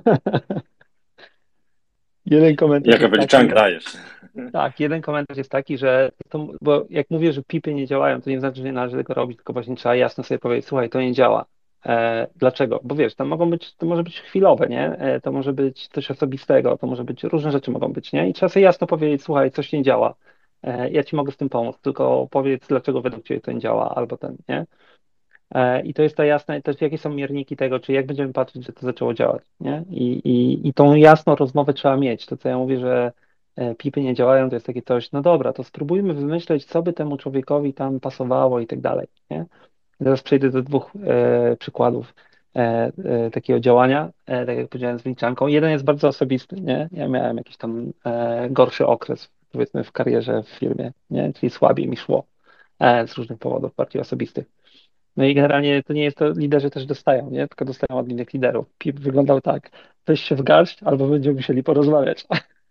Jeden komentarz Jaka jest wyliczanka taki, dajesz? tak, jeden komentarz jest taki, że bo jak mówię, że pipy nie działają, to nie znaczy, że nie należy tego robić, tylko właśnie trzeba jasno sobie powiedzieć, słuchaj, to nie działa. Dlaczego? Bo wiesz, to może być chwilowe, nie? To może być coś osobistego, to może być, różne rzeczy mogą być, nie? I trzeba sobie jasno powiedzieć, słuchaj, coś nie działa. Ja ci mogę z tym pomóc, tylko powiedz, dlaczego według ciebie to nie działa, albo ten, nie? I to jest ta jasna, też jakie są mierniki tego, czy jak będziemy patrzeć, że to zaczęło działać, nie? I tą jasną rozmowę trzeba mieć. To, co ja mówię, że pipy nie działają, to jest takie coś, no dobra, to spróbujmy wymyśleć, co by temu człowiekowi tam pasowało i tak dalej, nie? I teraz przejdę do 2 przykładów takiego działania, tak jak powiedziałem z wyliczanką. Jeden jest bardzo osobisty, nie? Ja miałem jakiś tam gorszy okres, powiedzmy, w karierze, w firmie, nie? Czyli słabiej mi szło z różnych powodów, bardziej osobistych. No i generalnie to nie jest to, liderzy też dostają, nie? Tylko dostają od innych liderów. PIP wyglądał tak, weź się w garść, albo będziemy musieli porozmawiać.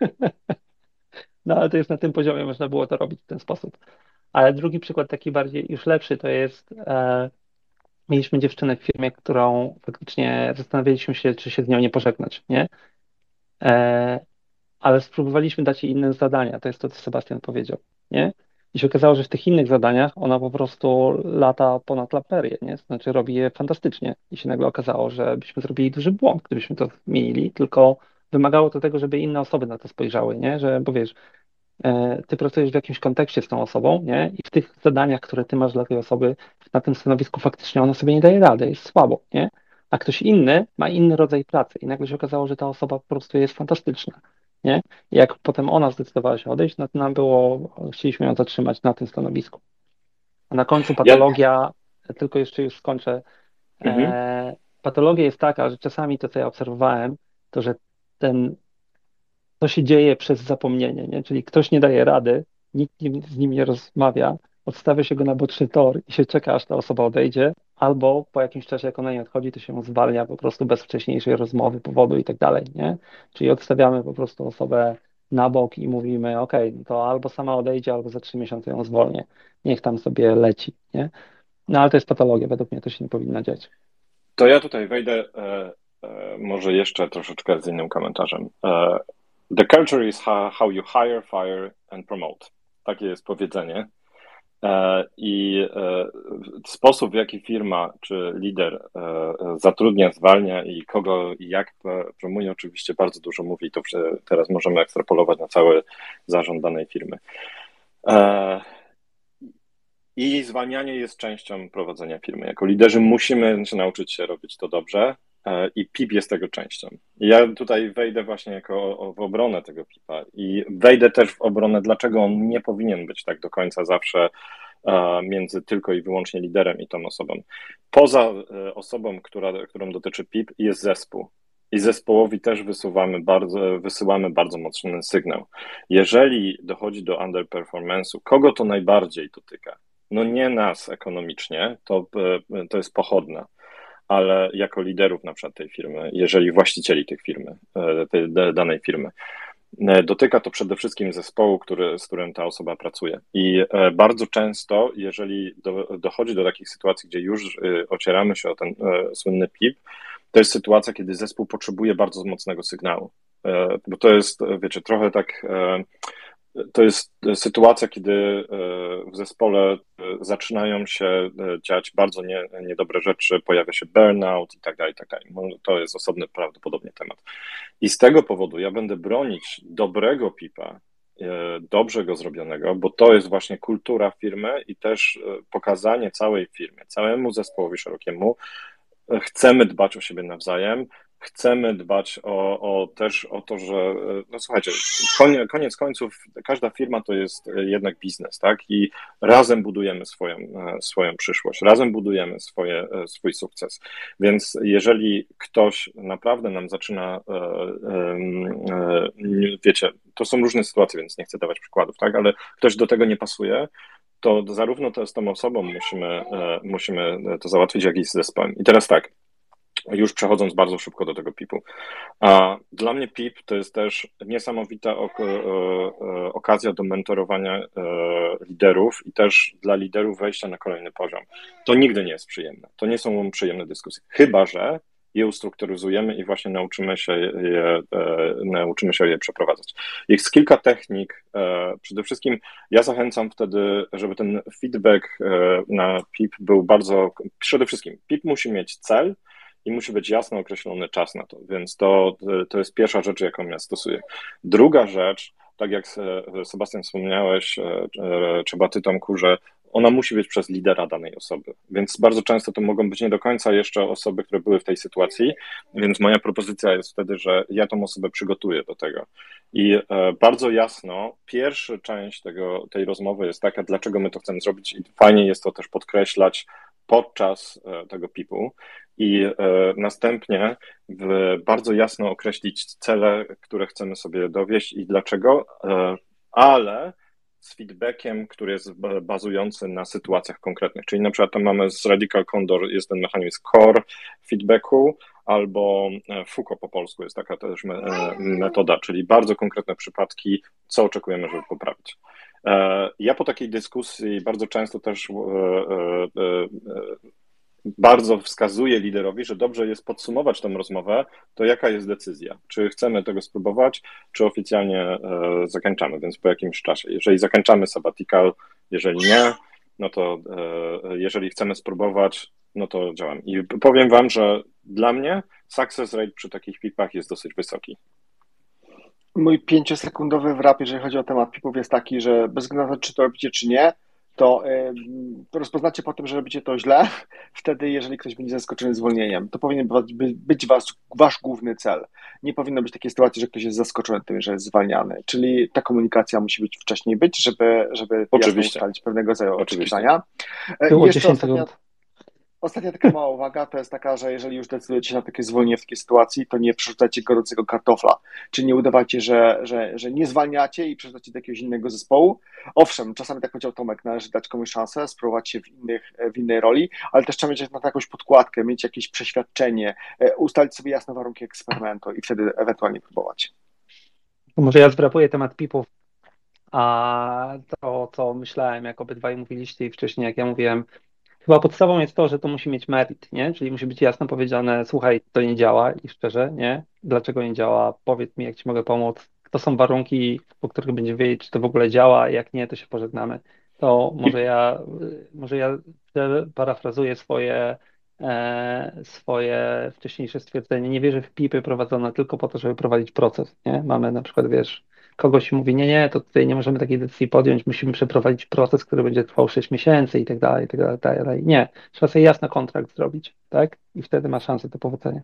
No ale to jest na tym poziomie, można było to robić w ten sposób. Ale drugi przykład, taki bardziej już lepszy, to jest, mieliśmy dziewczynę w firmie, którą faktycznie zastanawialiśmy się, czy się z nią nie pożegnać, nie? E, ale spróbowaliśmy dać jej inne zadania. To jest to, co Sebastian powiedział, nie? I się okazało, że w tych innych zadaniach ona po prostu lata ponad laperię, nie? Znaczy robi je fantastycznie. I się nagle okazało, że byśmy zrobili duży błąd, gdybyśmy to zmienili, tylko wymagało to tego, żeby inne osoby na to spojrzały, nie? Że, bo wiesz, ty pracujesz w jakimś kontekście z tą osobą, nie? I w tych zadaniach, które ty masz dla tej osoby na tym stanowisku faktycznie ona sobie nie daje rady, jest słabo, nie? A ktoś inny ma inny rodzaj pracy i nagle się okazało, że ta osoba po prostu jest fantastyczna, nie? I jak potem ona zdecydowała się odejść, no to nam było, chcieliśmy ją zatrzymać na tym stanowisku. A na końcu Ja, patologia, tylko jeszcze już skończę, mhm. patologia jest taka, że czasami to, co ja obserwowałem, to, że ten to się dzieje przez zapomnienie, nie? Czyli ktoś nie daje rady, z nim nie rozmawia, odstawia się go na boczny tor i się czeka, aż ta osoba odejdzie, albo po jakimś czasie, jak ona nie odchodzi, to się ją zwalnia po prostu bez wcześniejszej rozmowy, powodu i tak dalej, nie? Czyli odstawiamy po prostu osobę na bok i mówimy, ok, to albo sama odejdzie, albo za 3 miesiące ją zwolnię. Niech tam sobie leci, nie? No ale to jest patologia, według mnie to się nie powinno dziać. To ja tutaj wejdę może jeszcze troszeczkę z innym komentarzem. The culture is how you hire, fire and promote. Takie jest powiedzenie. I sposób, w jaki firma czy lider zatrudnia, zwalnia i kogo i jak promuje, oczywiście bardzo dużo mówi. I to teraz możemy ekstrapolować na cały zarząd danej firmy. I zwalnianie jest częścią prowadzenia firmy. Jako liderzy musimy nauczyć się robić to dobrze i PIP jest tego częścią. I ja tutaj wejdę właśnie w obronę tego PIP-a i wejdę też w obronę, dlaczego on nie powinien być tak do końca zawsze między tylko i wyłącznie liderem i tą osobą. Poza osobą, którą dotyczy PIP, jest zespół. I zespołowi też wysyłamy bardzo mocny sygnał. Jeżeli dochodzi do underperformance'u, kogo to najbardziej dotyka? No nie nas ekonomicznie, to jest pochodna, ale jako liderów na przykład tej firmy, jeżeli właścicieli tych firmy, tej danej firmy, dotyka to przede wszystkim zespołu, z którym ta osoba pracuje. I bardzo często, jeżeli dochodzi do takich sytuacji, gdzie już ocieramy się o ten słynny PIP, to jest sytuacja, kiedy zespół potrzebuje bardzo mocnego sygnału. Bo to jest, wiecie, trochę tak. To jest sytuacja, kiedy w zespole zaczynają się dziać bardzo niedobre rzeczy, pojawia się burnout i tak dalej, i tak dalej. To jest osobny prawdopodobnie temat. I z tego powodu ja będę bronić dobrego PIP-a, dobrze go zrobionego, bo to jest właśnie kultura firmy i też pokazanie całej firmie, całemu zespołowi szerokiemu, chcemy dbać o siebie nawzajem, chcemy dbać też o to, że no słuchajcie, koniec końców każda firma to jest jednak biznes, tak? I razem budujemy swoją przyszłość, razem budujemy swój sukces. Więc jeżeli ktoś naprawdę nam zaczyna, wiecie, to są różne sytuacje, więc nie chcę dawać przykładów, tak? Ale ktoś do tego nie pasuje, to zarówno to z tą osobą musimy to załatwić, jak i z zespołem. I teraz tak, już przechodząc bardzo szybko do tego PIP-u. Dla mnie PIP to jest też niesamowita okazja do mentorowania liderów i też dla liderów wejścia na kolejny poziom. To nigdy nie jest przyjemne. To nie są przyjemne dyskusje. Chyba że je ustrukturyzujemy i właśnie nauczymy się je przeprowadzać. Jest kilka technik. Przede wszystkim ja zachęcam wtedy, żeby ten feedback na PIP był przede wszystkim PIP musi mieć cel i musi być jasno określony czas na to, więc to jest pierwsza rzecz, jaką ja stosuję. Druga rzecz, tak jak Sebastian wspomniałeś, czy ty, Tomku, że ona musi być przez lidera danej osoby, więc bardzo często to mogą być nie do końca jeszcze osoby, które były w tej sytuacji, więc moja propozycja jest wtedy, że ja tą osobę przygotuję do tego. I bardzo jasno, pierwsza część tej rozmowy jest taka, dlaczego my to chcemy zrobić i fajnie jest to też podkreślać podczas tego PIP-u i następnie bardzo jasno określić cele, które chcemy sobie dowieść i dlaczego, ale z feedbackiem, który jest bazujący na sytuacjach konkretnych. Czyli na przykład tam mamy z Radical Condor jest ten mechanizm core feedbacku, albo FUKO po polsku jest taka też metoda, czyli bardzo konkretne przypadki, co oczekujemy, żeby poprawić. Ja po takiej dyskusji bardzo często też bardzo wskazuję liderowi, że dobrze jest podsumować tę rozmowę, to jaka jest decyzja? Czy chcemy tego spróbować, czy oficjalnie zakończamy, więc po jakimś czasie. Jeżeli zakończamy sabbatical, jeżeli nie, no to jeżeli chcemy spróbować, no to działamy. I powiem wam, że dla mnie success rate przy takich PIP-ach jest dosyć wysoki. Mój 5-sekundowy wrap, jeżeli chodzi o temat PIP-ów, jest taki, że bez względu na to, czy to robicie, czy nie, to rozpoznacie po tym, że robicie to źle. Wtedy, jeżeli ktoś będzie zaskoczony zwolnieniem, to powinien być wasz główny cel. Nie powinno być takiej sytuacji, że ktoś jest zaskoczony tym, że jest zwalniany. Czyli ta komunikacja musi być wcześniej żeby jasno ustalić pewnego rodzaju oczekiwania. Było jeszcze 10 sekund. Ostatnia taka mała uwaga to jest taka, że jeżeli już decydujecie się na takie zwolnienie w takiej sytuacji, to nie przerzucacie gorącego kartofla. Czyli nie udawajcie, że nie zwalniacie i przerzucacie do jakiegoś innego zespołu. Owszem, czasami, tak powiedział Tomek, należy dać komuś szansę, spróbować się w innej roli, ale też trzeba mieć na to jakąś podkładkę, mieć jakieś przeświadczenie, ustalić sobie jasne warunki eksperymentu i wtedy ewentualnie próbować. Może ja zwrapuję temat PIP-ów, a to, co myślałem, jak obydwaj mówiliście i wcześniej, jak ja mówiłem, chyba podstawą jest to, że to musi mieć merit, nie? Czyli musi być jasno powiedziane, słuchaj, to nie działa i szczerze, nie? Dlaczego nie działa? Powiedz mi, jak ci mogę pomóc. To są warunki, po których będziemy wiedzieć, czy to w ogóle działa, jak nie, to się pożegnamy. to może ja parafrazuję swoje wcześniejsze stwierdzenie. Nie wierzę w pipy prowadzone tylko po to, żeby prowadzić proces, nie? Mamy na przykład, wiesz, kogoś mówi, nie, to tutaj nie możemy takiej decyzji podjąć, musimy przeprowadzić proces, który będzie trwał 6 miesięcy i tak dalej, i tak dalej, i tak dalej. Nie, trzeba sobie jasno kontrakt zrobić, tak? I wtedy ma szansę to powodzenia.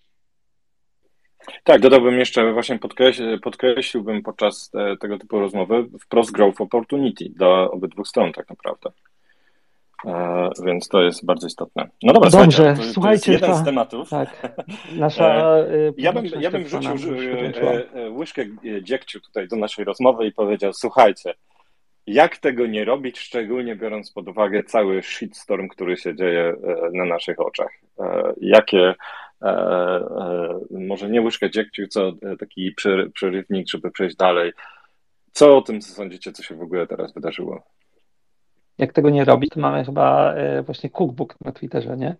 Tak, dodałbym jeszcze, właśnie podkreśliłbym podczas tego typu rozmowy wprost growth opportunity dla obydwu stron tak naprawdę. Więc to jest bardzo istotne. No dobra, Dobrze, słuchajcie, to jest słuchajcie, jeden z tematów. tak, nasza Ja publiczność bym też za wrzucił nami już się włączyła. łyżkę dziegciu tutaj do naszej rozmowy i powiedział, słuchajcie, jak tego nie robić, szczególnie biorąc pod uwagę cały shitstorm, który się dzieje na naszych oczach. Jakie, może nie łyżkę dziegciu, co taki przerywnik, żeby przejść dalej. Co o tym sądzicie, co się w ogóle teraz wydarzyło? Jak tego nie robić, to mamy chyba właśnie cookbook na Twitterze, nie?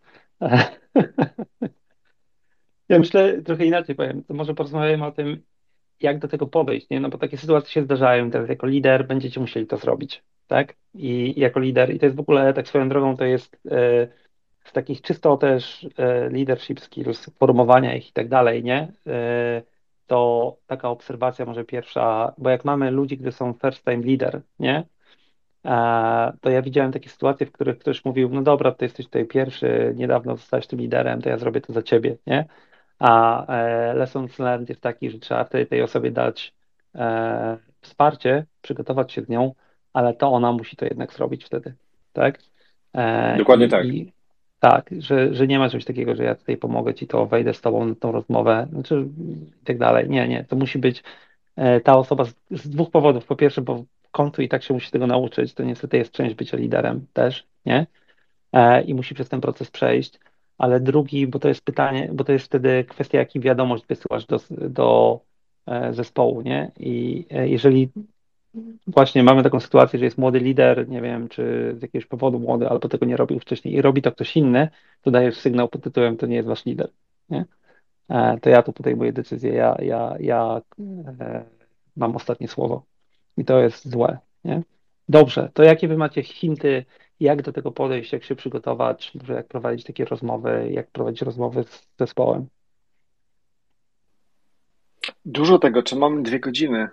Ja myślę, trochę inaczej powiem, to może porozmawiamy o tym, jak do tego podejść, nie? No bo takie sytuacje się zdarzają, teraz jako lider będziecie musieli to zrobić, tak? I jako lider, i to jest w ogóle, tak swoją drogą, to jest z takich czysto też leadership skills, formowania ich i tak dalej, nie? To taka obserwacja może pierwsza, bo jak mamy ludzi, którzy są first time leader, nie? To ja widziałem takie sytuacje, w których ktoś mówił, no dobra, ty jesteś tutaj pierwszy, niedawno zostałeś tym liderem, to ja zrobię to za ciebie, nie? A lessons learned jest taki, że trzeba wtedy tej osobie dać wsparcie, przygotować się z nią, ale to ona musi to jednak zrobić wtedy, tak? Dokładnie tak. I tak, że nie ma czegoś takiego, że ja tutaj pomogę ci, to wejdę z tobą na tą rozmowę, znaczy i tak dalej. Nie, to musi być ta osoba z dwóch powodów. Po pierwsze, bo w końcu i tak się musi tego nauczyć, to niestety jest część bycia liderem też, nie? I musi przez ten proces przejść. Ale drugi, bo to jest pytanie, bo to jest wtedy kwestia, jaki wiadomość wysyłasz do zespołu, nie? I jeżeli właśnie mamy taką sytuację, że jest młody lider, nie wiem, czy z jakiegoś powodu młody, albo tego nie robił wcześniej i robi to ktoś inny, to dajesz sygnał pod tytułem, to nie jest wasz lider, nie? To ja tu podejmuję decyzję, ja mam ostatnie słowo i to jest złe, nie? Dobrze, to jakie wy macie hinty, jak do tego podejść, jak się przygotować, może jak prowadzić takie rozmowy, jak prowadzić rozmowy z zespołem? Dużo tego, czy mamy 2 godziny?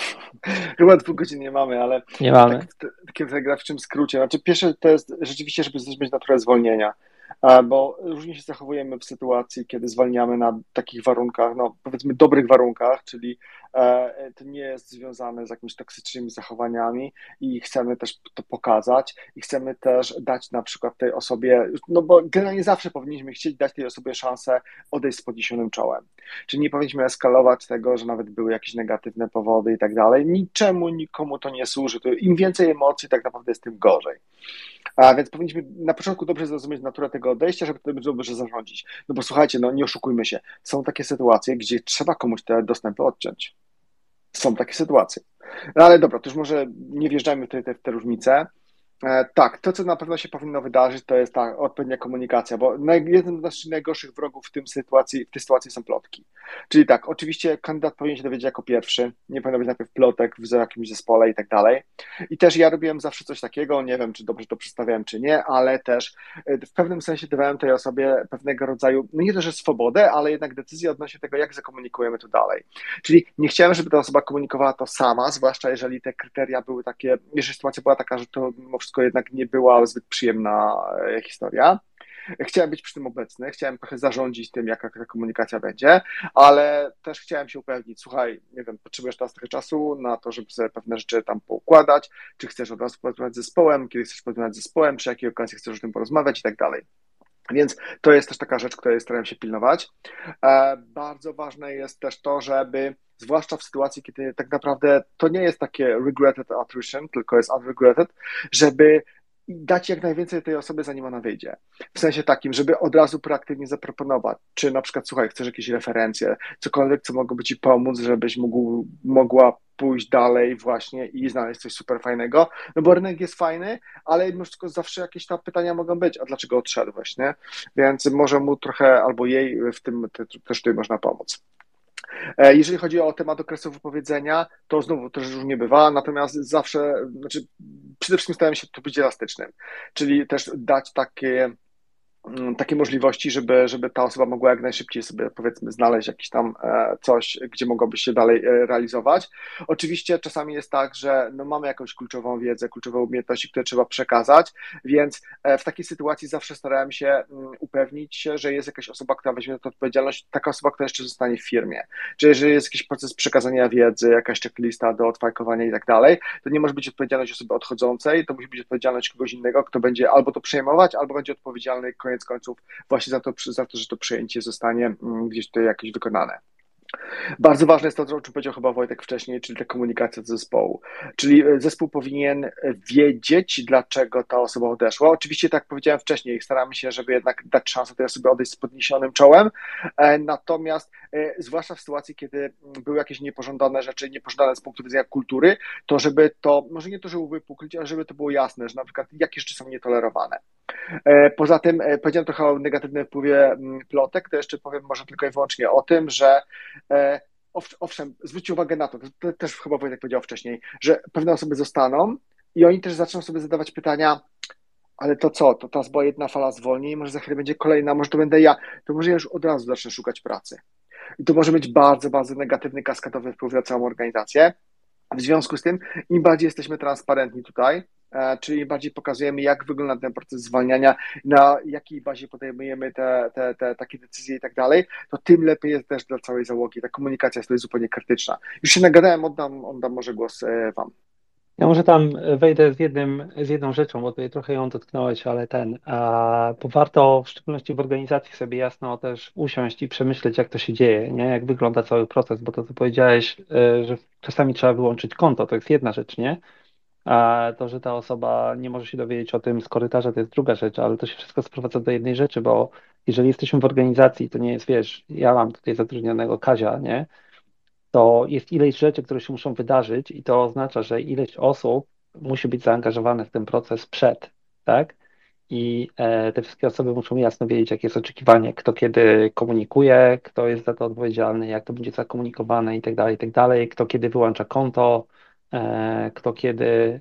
Chyba 2 godzin nie mamy, ale Nie tak mamy. w takim telegraficznym skrócie. Znaczy, pierwsze to jest rzeczywiście, żeby zrozumieć naturę zwolnienia, bo różnie się zachowujemy w sytuacji, kiedy zwalniamy na takich warunkach, no powiedzmy dobrych warunkach, czyli to nie jest związane z jakimiś toksycznymi zachowaniami i chcemy też to pokazać i chcemy też dać na przykład tej osobie, no bo generalnie zawsze powinniśmy chcieć dać tej osobie szansę odejść z podniesionym czołem. Czyli nie powinniśmy eskalować tego, że nawet były jakieś negatywne powody i tak dalej. Niczemu, nikomu to nie służy. To im więcej emocji, tak naprawdę jest tym gorzej. A więc powinniśmy na początku dobrze zrozumieć naturę tego odejścia, żeby wtedy dobrze zarządzić. No bo słuchajcie, no nie oszukujmy się. Są takie sytuacje, gdzie trzeba komuś te dostępy odciąć. Są takie sytuacje. No ale dobra, to już może nie wjeżdżajmy w te różnice. Tak, to co na pewno się powinno wydarzyć, to jest ta odpowiednia komunikacja, bo jednym z naszych najgorszych wrogów w tej sytuacji są plotki. Czyli tak, oczywiście kandydat powinien się dowiedzieć jako pierwszy, nie powinno być najpierw plotek w jakimś zespole i tak dalej. I też ja robiłem zawsze coś takiego, nie wiem, czy dobrze to przedstawiałem, czy nie, ale też w pewnym sensie dawałem tej osobie pewnego rodzaju, no nie to, że swobodę, ale jednak decyzję odnośnie tego, jak zakomunikujemy to dalej. Czyli nie chciałem, żeby ta osoba komunikowała to sama, zwłaszcza jeżeli te kryteria były takie, jeżeli sytuacja była taka, że to mimo wszystko jednak nie była zbyt przyjemna historia. Chciałem być przy tym obecny, chciałem trochę zarządzić tym, jaka ta komunikacja będzie, ale też chciałem się upewnić, słuchaj, nie wiem, potrzebujesz teraz trochę czasu na to, żeby sobie pewne rzeczy tam poukładać, czy chcesz od razu porozmawiać z zespołem, kiedy chcesz porozmawiać z zespołem, przy jakiej okazji chcesz o tym porozmawiać i tak dalej. Więc to jest też taka rzecz, której staram się pilnować. Bardzo ważne jest też to, żeby, zwłaszcza w sytuacji, kiedy tak naprawdę to nie jest takie regretted attrition, tylko jest unregretted, żeby dać jak najwięcej tej osobie, zanim ona wyjdzie. W sensie takim, żeby od razu proaktywnie zaproponować, czy na przykład, słuchaj, chcesz jakieś referencje, cokolwiek, co mogłoby ci pomóc, żebyś mogła pójść dalej właśnie i znaleźć coś super fajnego, no bo rynek jest fajny, ale mimo wszystko zawsze jakieś tam pytania mogą być, a dlaczego odszedłeś, nie? Więc może mu trochę, albo jej w tym też tutaj można pomóc. Jeżeli chodzi o temat okresu wypowiedzenia, to znowu też różnie bywa, natomiast zawsze, znaczy przede wszystkim staramy się tu być elastycznym, czyli też dać takie możliwości, żeby ta osoba mogła jak najszybciej sobie, powiedzmy, znaleźć jakieś tam coś, gdzie mogłaby się dalej realizować. Oczywiście czasami jest tak, że no mamy jakąś kluczową wiedzę, kluczowe umiejętności, które trzeba przekazać, więc w takiej sytuacji zawsze starałem się upewnić się, że jest jakaś osoba, która weźmie tę odpowiedzialność, taka osoba, która jeszcze zostanie w firmie. Czyli jeżeli jest jakiś proces przekazania wiedzy, jakaś checklista do odfajkowania i tak dalej, to nie może być odpowiedzialność osoby odchodzącej, to musi być odpowiedzialność kogoś innego, kto będzie albo to przejmować, albo będzie odpowiedzialny koniec końców właśnie za to, że to przejęcie zostanie gdzieś tutaj jakieś wykonane. Bardzo ważne jest to, o czym powiedział chyba Wojtek wcześniej, czyli ta komunikacja z zespołu. Czyli zespół powinien wiedzieć, dlaczego ta osoba odeszła. Oczywiście, tak jak powiedziałem wcześniej, staramy się, żeby jednak dać szansę tej osobie odejść z podniesionym czołem, natomiast zwłaszcza w sytuacji, kiedy były jakieś niepożądane rzeczy, niepożądane z punktu widzenia kultury, to żeby to, może nie to, żeby uwypuklić, ale żeby to było jasne, że na przykład jakie rzeczy są nietolerowane. Poza tym powiedziałem trochę o negatywnym wpływie plotek, to jeszcze powiem może tylko i wyłącznie o tym, że owszem, zwróćcie uwagę na to też chyba Wojtek powiedział wcześniej, że pewne osoby zostaną i oni też zaczną sobie zadawać pytania, ale to co, to teraz była jedna fala zwolnień, może za chwilę będzie kolejna, może to będę ja, to może ja już od razu zacznę szukać pracy. I to może mieć bardzo, bardzo negatywny, kaskadowy wpływ na całą organizację. W związku z tym, im bardziej jesteśmy transparentni tutaj, czyli im bardziej pokazujemy, jak wygląda ten proces zwalniania, na jakiej bazie podejmujemy te takie decyzje i tak dalej, to tym lepiej jest też dla całej załogi. Ta komunikacja jest tutaj zupełnie krytyczna. Już się nagadałem, oddam może głos Wam. Ja może tam wejdę z jedną rzeczą, bo tutaj trochę ją dotknąłeś, ale bo warto w szczególności w organizacji sobie jasno też usiąść i przemyśleć, jak to się dzieje, nie? Jak wygląda cały proces, bo to, co powiedziałeś, że czasami trzeba wyłączyć konto, to jest jedna rzecz, nie? A to, że ta osoba nie może się dowiedzieć o tym z korytarza, to jest druga rzecz, ale to się wszystko sprowadza do jednej rzeczy, bo jeżeli jesteśmy w organizacji, to nie jest, wiesz, ja mam tutaj zatrudnionego Kazia, nie? To jest ileś rzeczy, które się muszą wydarzyć i to oznacza, że ileś osób musi być zaangażowane w ten proces przed, tak? I te wszystkie osoby muszą jasno wiedzieć, jakie jest oczekiwanie, kto kiedy komunikuje, kto jest za to odpowiedzialny, jak to będzie zakomunikowane i tak dalej, kto kiedy wyłącza konto, kto kiedy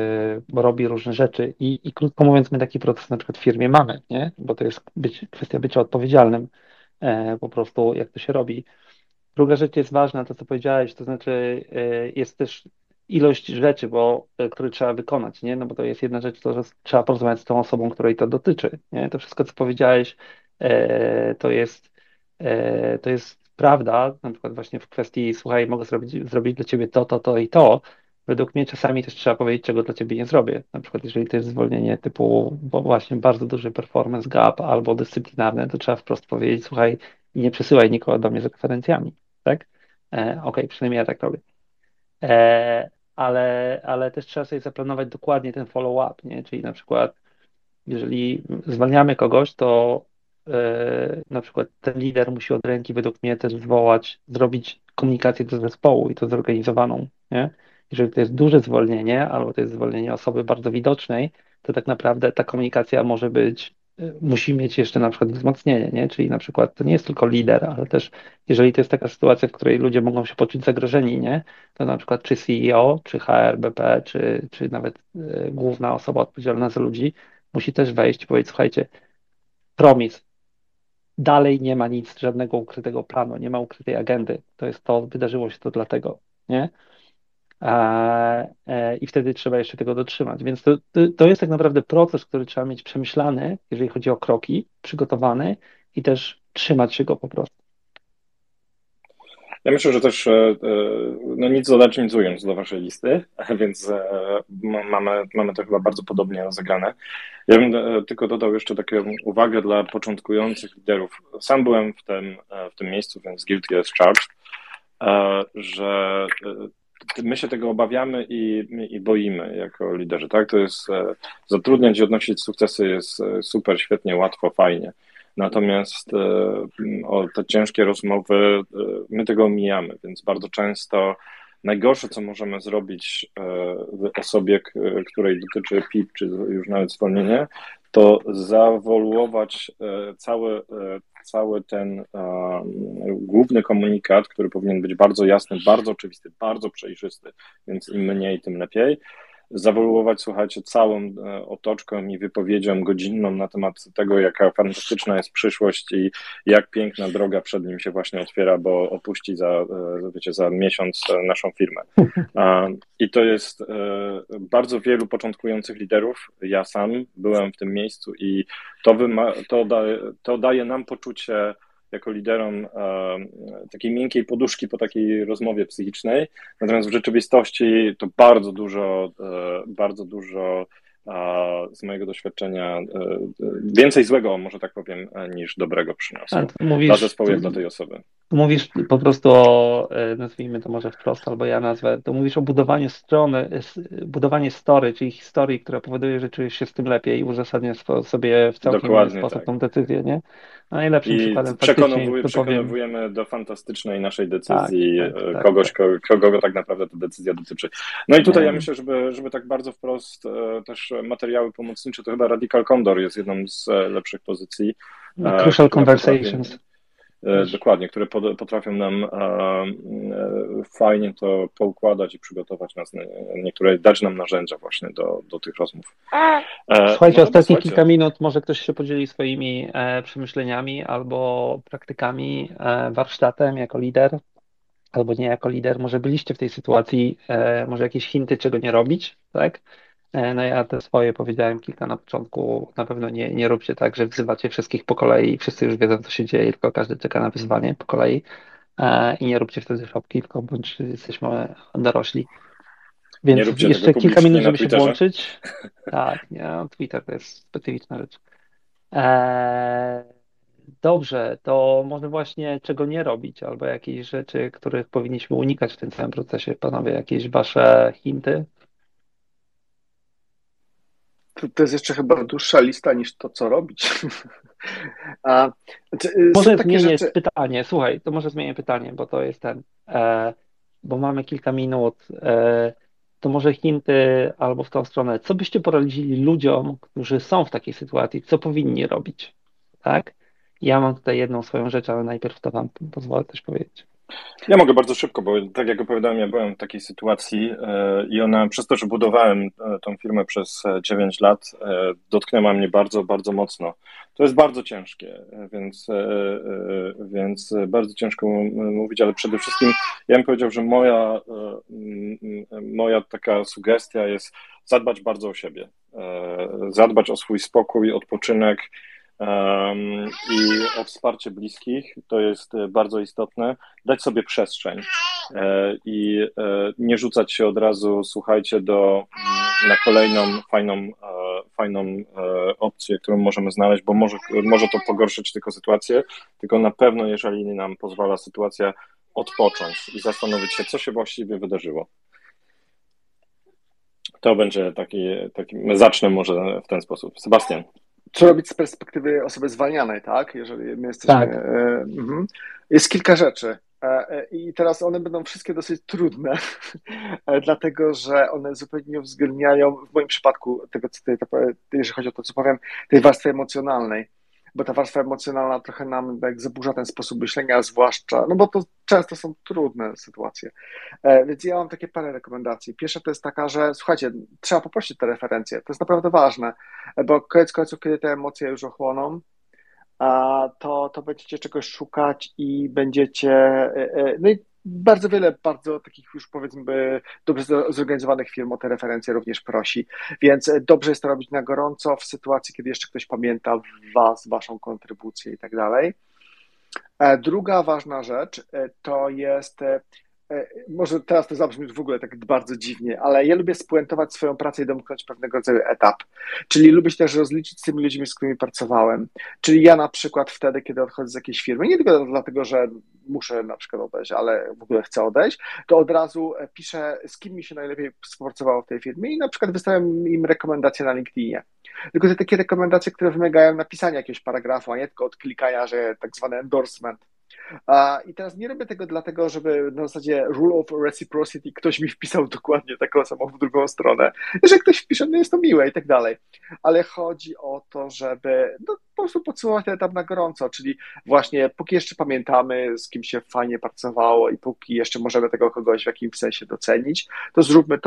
robi różne rzeczy. I krótko mówiąc, my taki proces na przykład w firmie mamy, nie? Bo to jest kwestia bycia odpowiedzialnym, po prostu jak to się robi. Druga rzecz jest ważna, to co powiedziałeś, to znaczy jest też ilość rzeczy, które trzeba wykonać, nie? No bo to jest jedna rzecz, to, że trzeba porozmawiać z tą osobą, której to dotyczy, nie? To wszystko, co powiedziałeś, to jest prawda, na przykład właśnie w kwestii, słuchaj, mogę zrobić dla ciebie to i to. Według mnie czasami też trzeba powiedzieć, czego dla ciebie nie zrobię. Na przykład jeżeli to jest zwolnienie typu, bo właśnie bardzo duży performance gap albo dyscyplinarne, to trzeba wprost powiedzieć, słuchaj, nie przesyłaj nikogo do mnie z referencjami, tak? Okej, przynajmniej ja tak robię. Ale też trzeba sobie zaplanować dokładnie ten follow-up, nie? Czyli na przykład jeżeli zwalniamy kogoś, to na przykład ten lider musi od ręki według mnie też zrobić komunikację do zespołu i to zorganizowaną, nie? Jeżeli to jest duże zwolnienie albo to jest zwolnienie osoby bardzo widocznej, to tak naprawdę ta komunikacja musi mieć jeszcze na przykład wzmocnienie, nie? Czyli na przykład to nie jest tylko lider, ale też jeżeli to jest taka sytuacja, w której ludzie mogą się poczuć zagrożeni, nie? To na przykład czy CEO, czy HR, BP, czy nawet główna osoba odpowiedzialna za ludzi musi też wejść i powiedzieć, słuchajcie, promis, dalej nie ma nic, żadnego ukrytego planu, nie ma ukrytej agendy. Wydarzyło się to dlatego, nie? I wtedy trzeba jeszcze tego dotrzymać. Więc to jest tak naprawdę proces, który trzeba mieć przemyślany, jeżeli chodzi o kroki, przygotowany i też trzymać się go po prostu. Ja myślę, że też no nic dodać, nic ująć do waszej listy, więc mamy to chyba bardzo podobnie rozegrane. Ja bym tylko dodał jeszcze taką uwagę dla początkujących liderów. Sam byłem w tym miejscu, więc guilty as charged, że my się tego obawiamy i boimy jako liderzy, tak? To jest zatrudniać i odnosić sukcesy jest super, świetnie, łatwo, fajnie. Natomiast o te ciężkie rozmowy my tego omijamy, więc bardzo często najgorsze, co możemy zrobić osobie, której dotyczy PIP, czy już nawet zwolnienie, to zawoluować cały ten główny komunikat, który powinien być bardzo jasny, bardzo oczywisty, bardzo przejrzysty, więc im mniej, tym lepiej. zawoluować, słuchajcie, całą otoczką i wypowiedzią godzinną na temat tego, jaka fantastyczna jest przyszłość i jak piękna droga przed nim się właśnie otwiera, bo opuści za miesiąc naszą firmę. I to jest bardzo wielu początkujących liderów. Ja sam byłem w tym miejscu i to daje nam poczucie jako liderom takiej miękkiej poduszki po takiej rozmowie psychicznej, natomiast w rzeczywistości to bardzo dużo z mojego doświadczenia więcej złego, może tak powiem, niż dobrego przyniosło dla zespołu, jak dla tej osoby. Mówisz po prostu o, nazwijmy to może wprost, albo ja nazwę, to mówisz o budowaniu budowanie story, czyli historii, która powoduje, że czujesz się z tym lepiej i uzasadniasz sobie w całkiem inny sposób tą decyzję, nie? Najlepszym przykładem przekonujemy do fantastycznej naszej decyzji kogoś, kogo tak naprawdę ta decyzja dotyczy. No i tutaj ja myślę, żeby tak bardzo wprost też materiały pomocnicze, to chyba Radical Condor jest jedną z lepszych pozycji. Crucial Conversations. Dokładnie, które potrafią nam fajnie to poukładać i przygotować nas, dać nam narzędzia właśnie do tych rozmów. Słuchajcie, ostatnie kilka minut może ktoś się podzieli swoimi przemyśleniami albo praktykami, warsztatem jako lider, albo nie jako lider. Może byliście w tej sytuacji, może jakieś hinty, czego nie robić, tak? No ja te swoje powiedziałem kilka na początku. Na pewno nie róbcie tak, że wzywacie wszystkich po kolei i wszyscy już wiedzą, co się dzieje, tylko każdy czeka na wyzwanie po kolei. I nie róbcie wtedy szopki, tylko bądź jesteśmy dorośli. Więc jeszcze kilka minut, żeby się włączyć. Tak, nie, Twitter to jest specyficzna rzecz. Dobrze, to może właśnie czego nie robić, albo jakieś rzeczy, których powinniśmy unikać w tym całym procesie. Panowie, jakieś wasze hinty? To jest jeszcze chyba dłuższa lista niż to, co robić. Może zmienię pytanie, słuchaj, to może zmienię pytanie, bo to jest bo mamy kilka minut, to może hinty albo w tą stronę. Co byście poradzili ludziom, którzy są w takiej sytuacji, co powinni robić, tak? Ja mam tutaj jedną swoją rzecz, ale najpierw to wam pozwolę też powiedzieć. Ja mogę bardzo szybko, bo tak jak opowiadałem, ja byłem w takiej sytuacji i ona przez to, że budowałem tą firmę przez 9 lat, dotknęła mnie bardzo, bardzo mocno. To jest bardzo ciężkie, więc bardzo ciężko mówić, ale przede wszystkim ja bym powiedział, że moja taka sugestia jest zadbać bardzo o siebie, zadbać o swój spokój, odpoczynek, i o wsparcie bliskich, to jest bardzo istotne, dać sobie przestrzeń i nie rzucać się od razu, słuchajcie, na kolejną fajną opcję, którą możemy znaleźć, bo może to pogorszyć tylko sytuację, tylko na pewno, jeżeli nam pozwala sytuacja, odpocząć i zastanowić się, co się właściwie wydarzyło. To będzie zacznę może w ten sposób. Sebastian. Co robić z perspektywy osoby zwalnianej, tak? Jeżeli my jesteśmy... Tak. Jest kilka rzeczy i teraz one będą wszystkie dosyć trudne, dlatego że one zupełnie nie uwzględniają, w moim przypadku, jeżeli chodzi o to, co powiem, tej warstwy emocjonalnej, bo ta warstwa emocjonalna trochę nam tak zaburza ten sposób myślenia, zwłaszcza, no bo to często są trudne sytuacje. Więc ja mam takie parę rekomendacji. Pierwsza to jest taka, że słuchajcie, trzeba poprosić te referencje, to jest naprawdę ważne, bo koniec końców, kiedy te emocje już ochłoną, to będziecie czegoś szukać i będziecie, no i bardzo wiele bardzo takich już powiedzmy dobrze zorganizowanych firm o te referencje również prosi, więc dobrze jest to robić na gorąco w sytuacji, kiedy jeszcze ktoś pamięta was, waszą kontrybucję i tak dalej. Druga ważna rzecz to jest, może teraz to zabrzmi w ogóle tak bardzo dziwnie, ale ja lubię spuentować swoją pracę i domknąć pewnego rodzaju etap. Czyli lubię się też rozliczyć z tymi ludźmi, z którymi pracowałem. Czyli ja na przykład wtedy, kiedy odchodzę z jakiejś firmy, nie tylko dlatego, że muszę na przykład odejść, ale w ogóle chcę odejść, to od razu piszę, z kim mi się najlepiej współpracowało w tej firmie i na przykład wystawiam im rekomendacje na LinkedInie. Tylko te takie rekomendacje, które wymagają napisania jakiegoś paragrafu, a nie tylko odklikania, że tak zwany endorsement. I teraz nie robię tego dlatego, żeby na zasadzie rule of reciprocity ktoś mi wpisał dokładnie taką samą w drugą stronę. Jeżeli ktoś wpisze, no jest to miłe i tak dalej. Ale chodzi o to, żeby po prostu podsumować ten etap na gorąco, czyli właśnie póki jeszcze pamiętamy, z kim się fajnie pracowało i póki jeszcze możemy tego kogoś w jakimś sensie docenić, to zróbmy to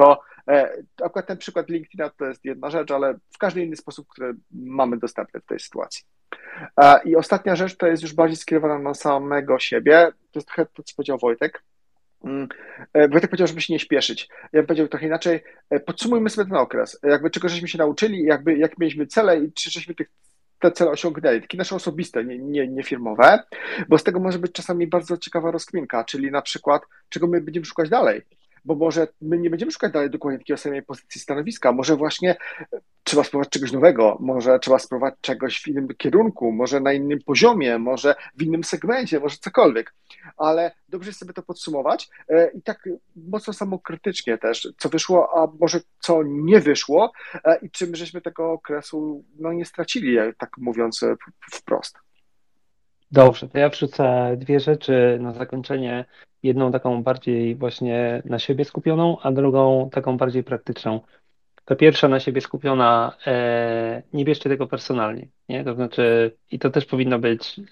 Akurat ten przykład LinkedIna to jest jedna rzecz, ale w każdy inny sposób, który mamy dostępny w tej sytuacji. I ostatnia rzecz to jest już bardziej skierowana na samego siebie. To jest trochę to, co powiedział Wojtek. Wojtek powiedział, żeby się nie śpieszyć. Ja bym powiedział trochę inaczej. Podsumujmy sobie ten okres. Jakby czego żeśmy się nauczyli, jak mieliśmy cele i czy żeśmy te cele osiągnęli, takie nasze osobiste, nie firmowe, bo z tego może być czasami bardzo ciekawa rozkminka, czyli na przykład, czego my będziemy szukać dalej. Bo może my nie będziemy szukać dalej dokładnie takiej samej pozycji stanowiska, może właśnie trzeba spróbować czegoś nowego, może trzeba spróbować czegoś w innym kierunku, może na innym poziomie, może w innym segmencie, może cokolwiek, ale dobrze jest sobie to podsumować i tak mocno samokrytycznie też, co wyszło, a może co nie wyszło i czym żeśmy tego okresu nie stracili, tak mówiąc wprost. Dobrze, to ja wrzucę dwie rzeczy na zakończenie. Jedną taką bardziej właśnie na siebie skupioną, a drugą taką bardziej praktyczną. To pierwsza na siebie skupiona, nie bierzcie tego personalnie, nie? To znaczy, i to też powinno być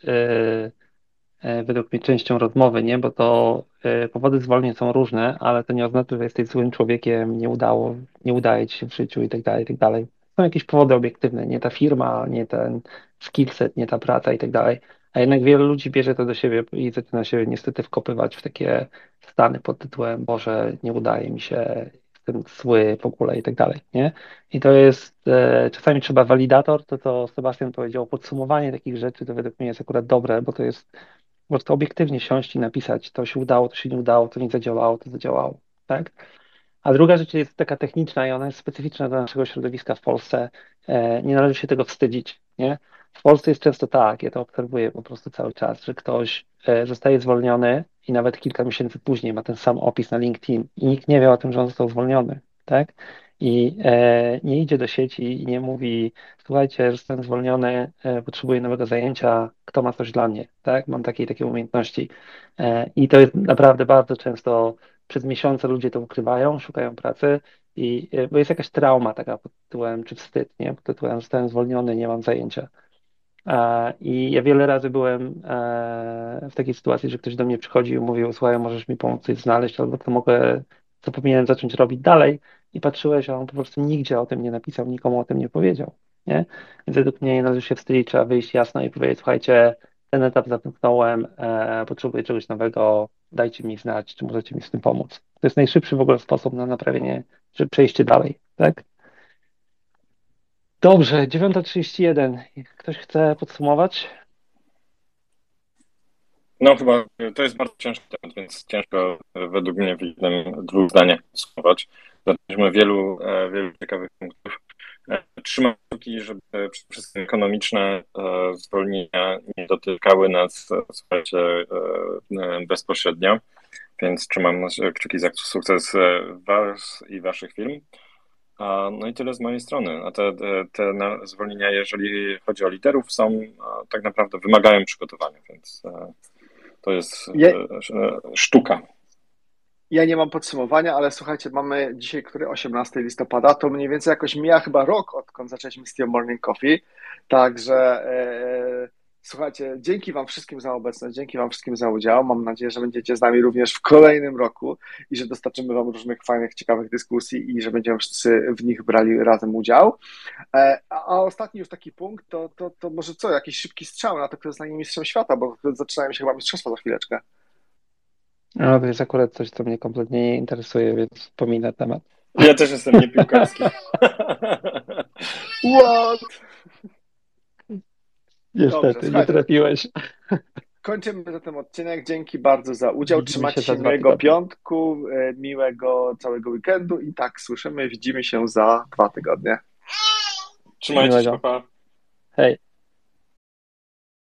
według mnie częścią rozmowy, nie? Bo to powody zwolnień są różne, ale to nie oznacza, że jesteś złym człowiekiem, nie udaje ci się w życiu i tak dalej, i tak dalej. Są jakieś powody obiektywne, nie ta firma, nie ten skillset, nie ta praca i tak dalej. A jednak wielu ludzi bierze to do siebie i zaczyna się niestety wkopywać w takie stany pod tytułem Boże, nie udaje mi się, jestem zły w ogóle i tak dalej, nie? I to jest, czasami trzeba walidator, to co Sebastian powiedział, podsumowanie takich rzeczy, to według mnie jest akurat dobre, bo to jest po prostu obiektywnie siąść i napisać, to się udało, to się nie udało, to nie zadziałało, to zadziałało, tak? A druga rzecz jest taka techniczna i ona jest specyficzna dla naszego środowiska w Polsce. Nie należy się tego wstydzić, nie? W Polsce jest często tak, ja to obserwuję po prostu cały czas, że ktoś zostaje zwolniony i nawet kilka miesięcy później ma ten sam opis na LinkedIn i nikt nie wie o tym, że on został zwolniony, tak? I nie idzie do sieci i nie mówi, słuchajcie, zostałem zwolniony, potrzebuję nowego zajęcia, kto ma coś dla mnie, tak? Mam takie umiejętności. I to jest naprawdę bardzo często przez miesiące ludzie to ukrywają, szukają pracy bo jest jakaś trauma taka pod tytułem, czy wstyd, nie? Pod tytułem zostałem zwolniony, nie mam zajęcia. I ja wiele razy byłem w takiej sytuacji, że ktoś do mnie przychodzi i mówił, słuchaj, możesz mi pomóc coś znaleźć, albo co powinienem zacząć robić dalej. I patrzyłeś, a on po prostu nigdzie o tym nie napisał, nikomu o tym nie powiedział, nie? Więc według mnie nie należy się wstydzić, trzeba wyjść jasno i powiedzieć, słuchajcie, ten etap zamknąłem, potrzebuję czegoś nowego, dajcie mi znać, czy możecie mi z tym pomóc. To jest najszybszy w ogóle sposób na naprawienie, czy przejście dalej, tak? Dobrze, 9:31. Ktoś chce podsumować? No chyba to jest bardzo ciężki temat, więc ciężko według mnie w jednym, dwóch zdaniach podsumować. Zaczęliśmy wielu ciekawych punktów. Trzymam kciuki, żeby przede wszystkim ekonomiczne zwolnienia nie dotykały nas, słuchajcie, bezpośrednio, więc trzymam kciuki za sukces was i waszych firm. No i tyle z mojej strony. A te zwolnienia, jeżeli chodzi o liderów, są tak naprawdę wymagają przygotowania, więc to jest sztuka. Ja nie mam podsumowania, ale słuchajcie, mamy dzisiaj, który 18 listopada, to mniej więcej jakoś mija chyba rok, odkąd zaczęliśmy z Your Morning Coffee, także słuchajcie, dzięki wam wszystkim za obecność, dzięki wam wszystkim za udział, mam nadzieję, że będziecie z nami również w kolejnym roku i że dostarczymy wam różnych fajnych, ciekawych dyskusji i że będziemy wszyscy w nich brali razem udział. A ostatni już taki punkt, to może co, jakiś szybki strzał na to, kto zostanie mistrzem świata, bo zaczynają się chyba mistrzostwa za chwileczkę. No, to jest akurat coś, co mnie kompletnie nie interesuje, więc pominę temat. Ja też jestem niepiłkarski. What? Niestety, Dobrze, nie trafiłeś. Kończymy zatem odcinek. Dzięki bardzo za udział. Widzimy Trzymajcie się się za 2 miłego tygodnie. piątku, miłego całego weekendu i tak słyszymy, widzimy się za 2 tygodnie. Trzymajcie się, Miłego. pa. Hej.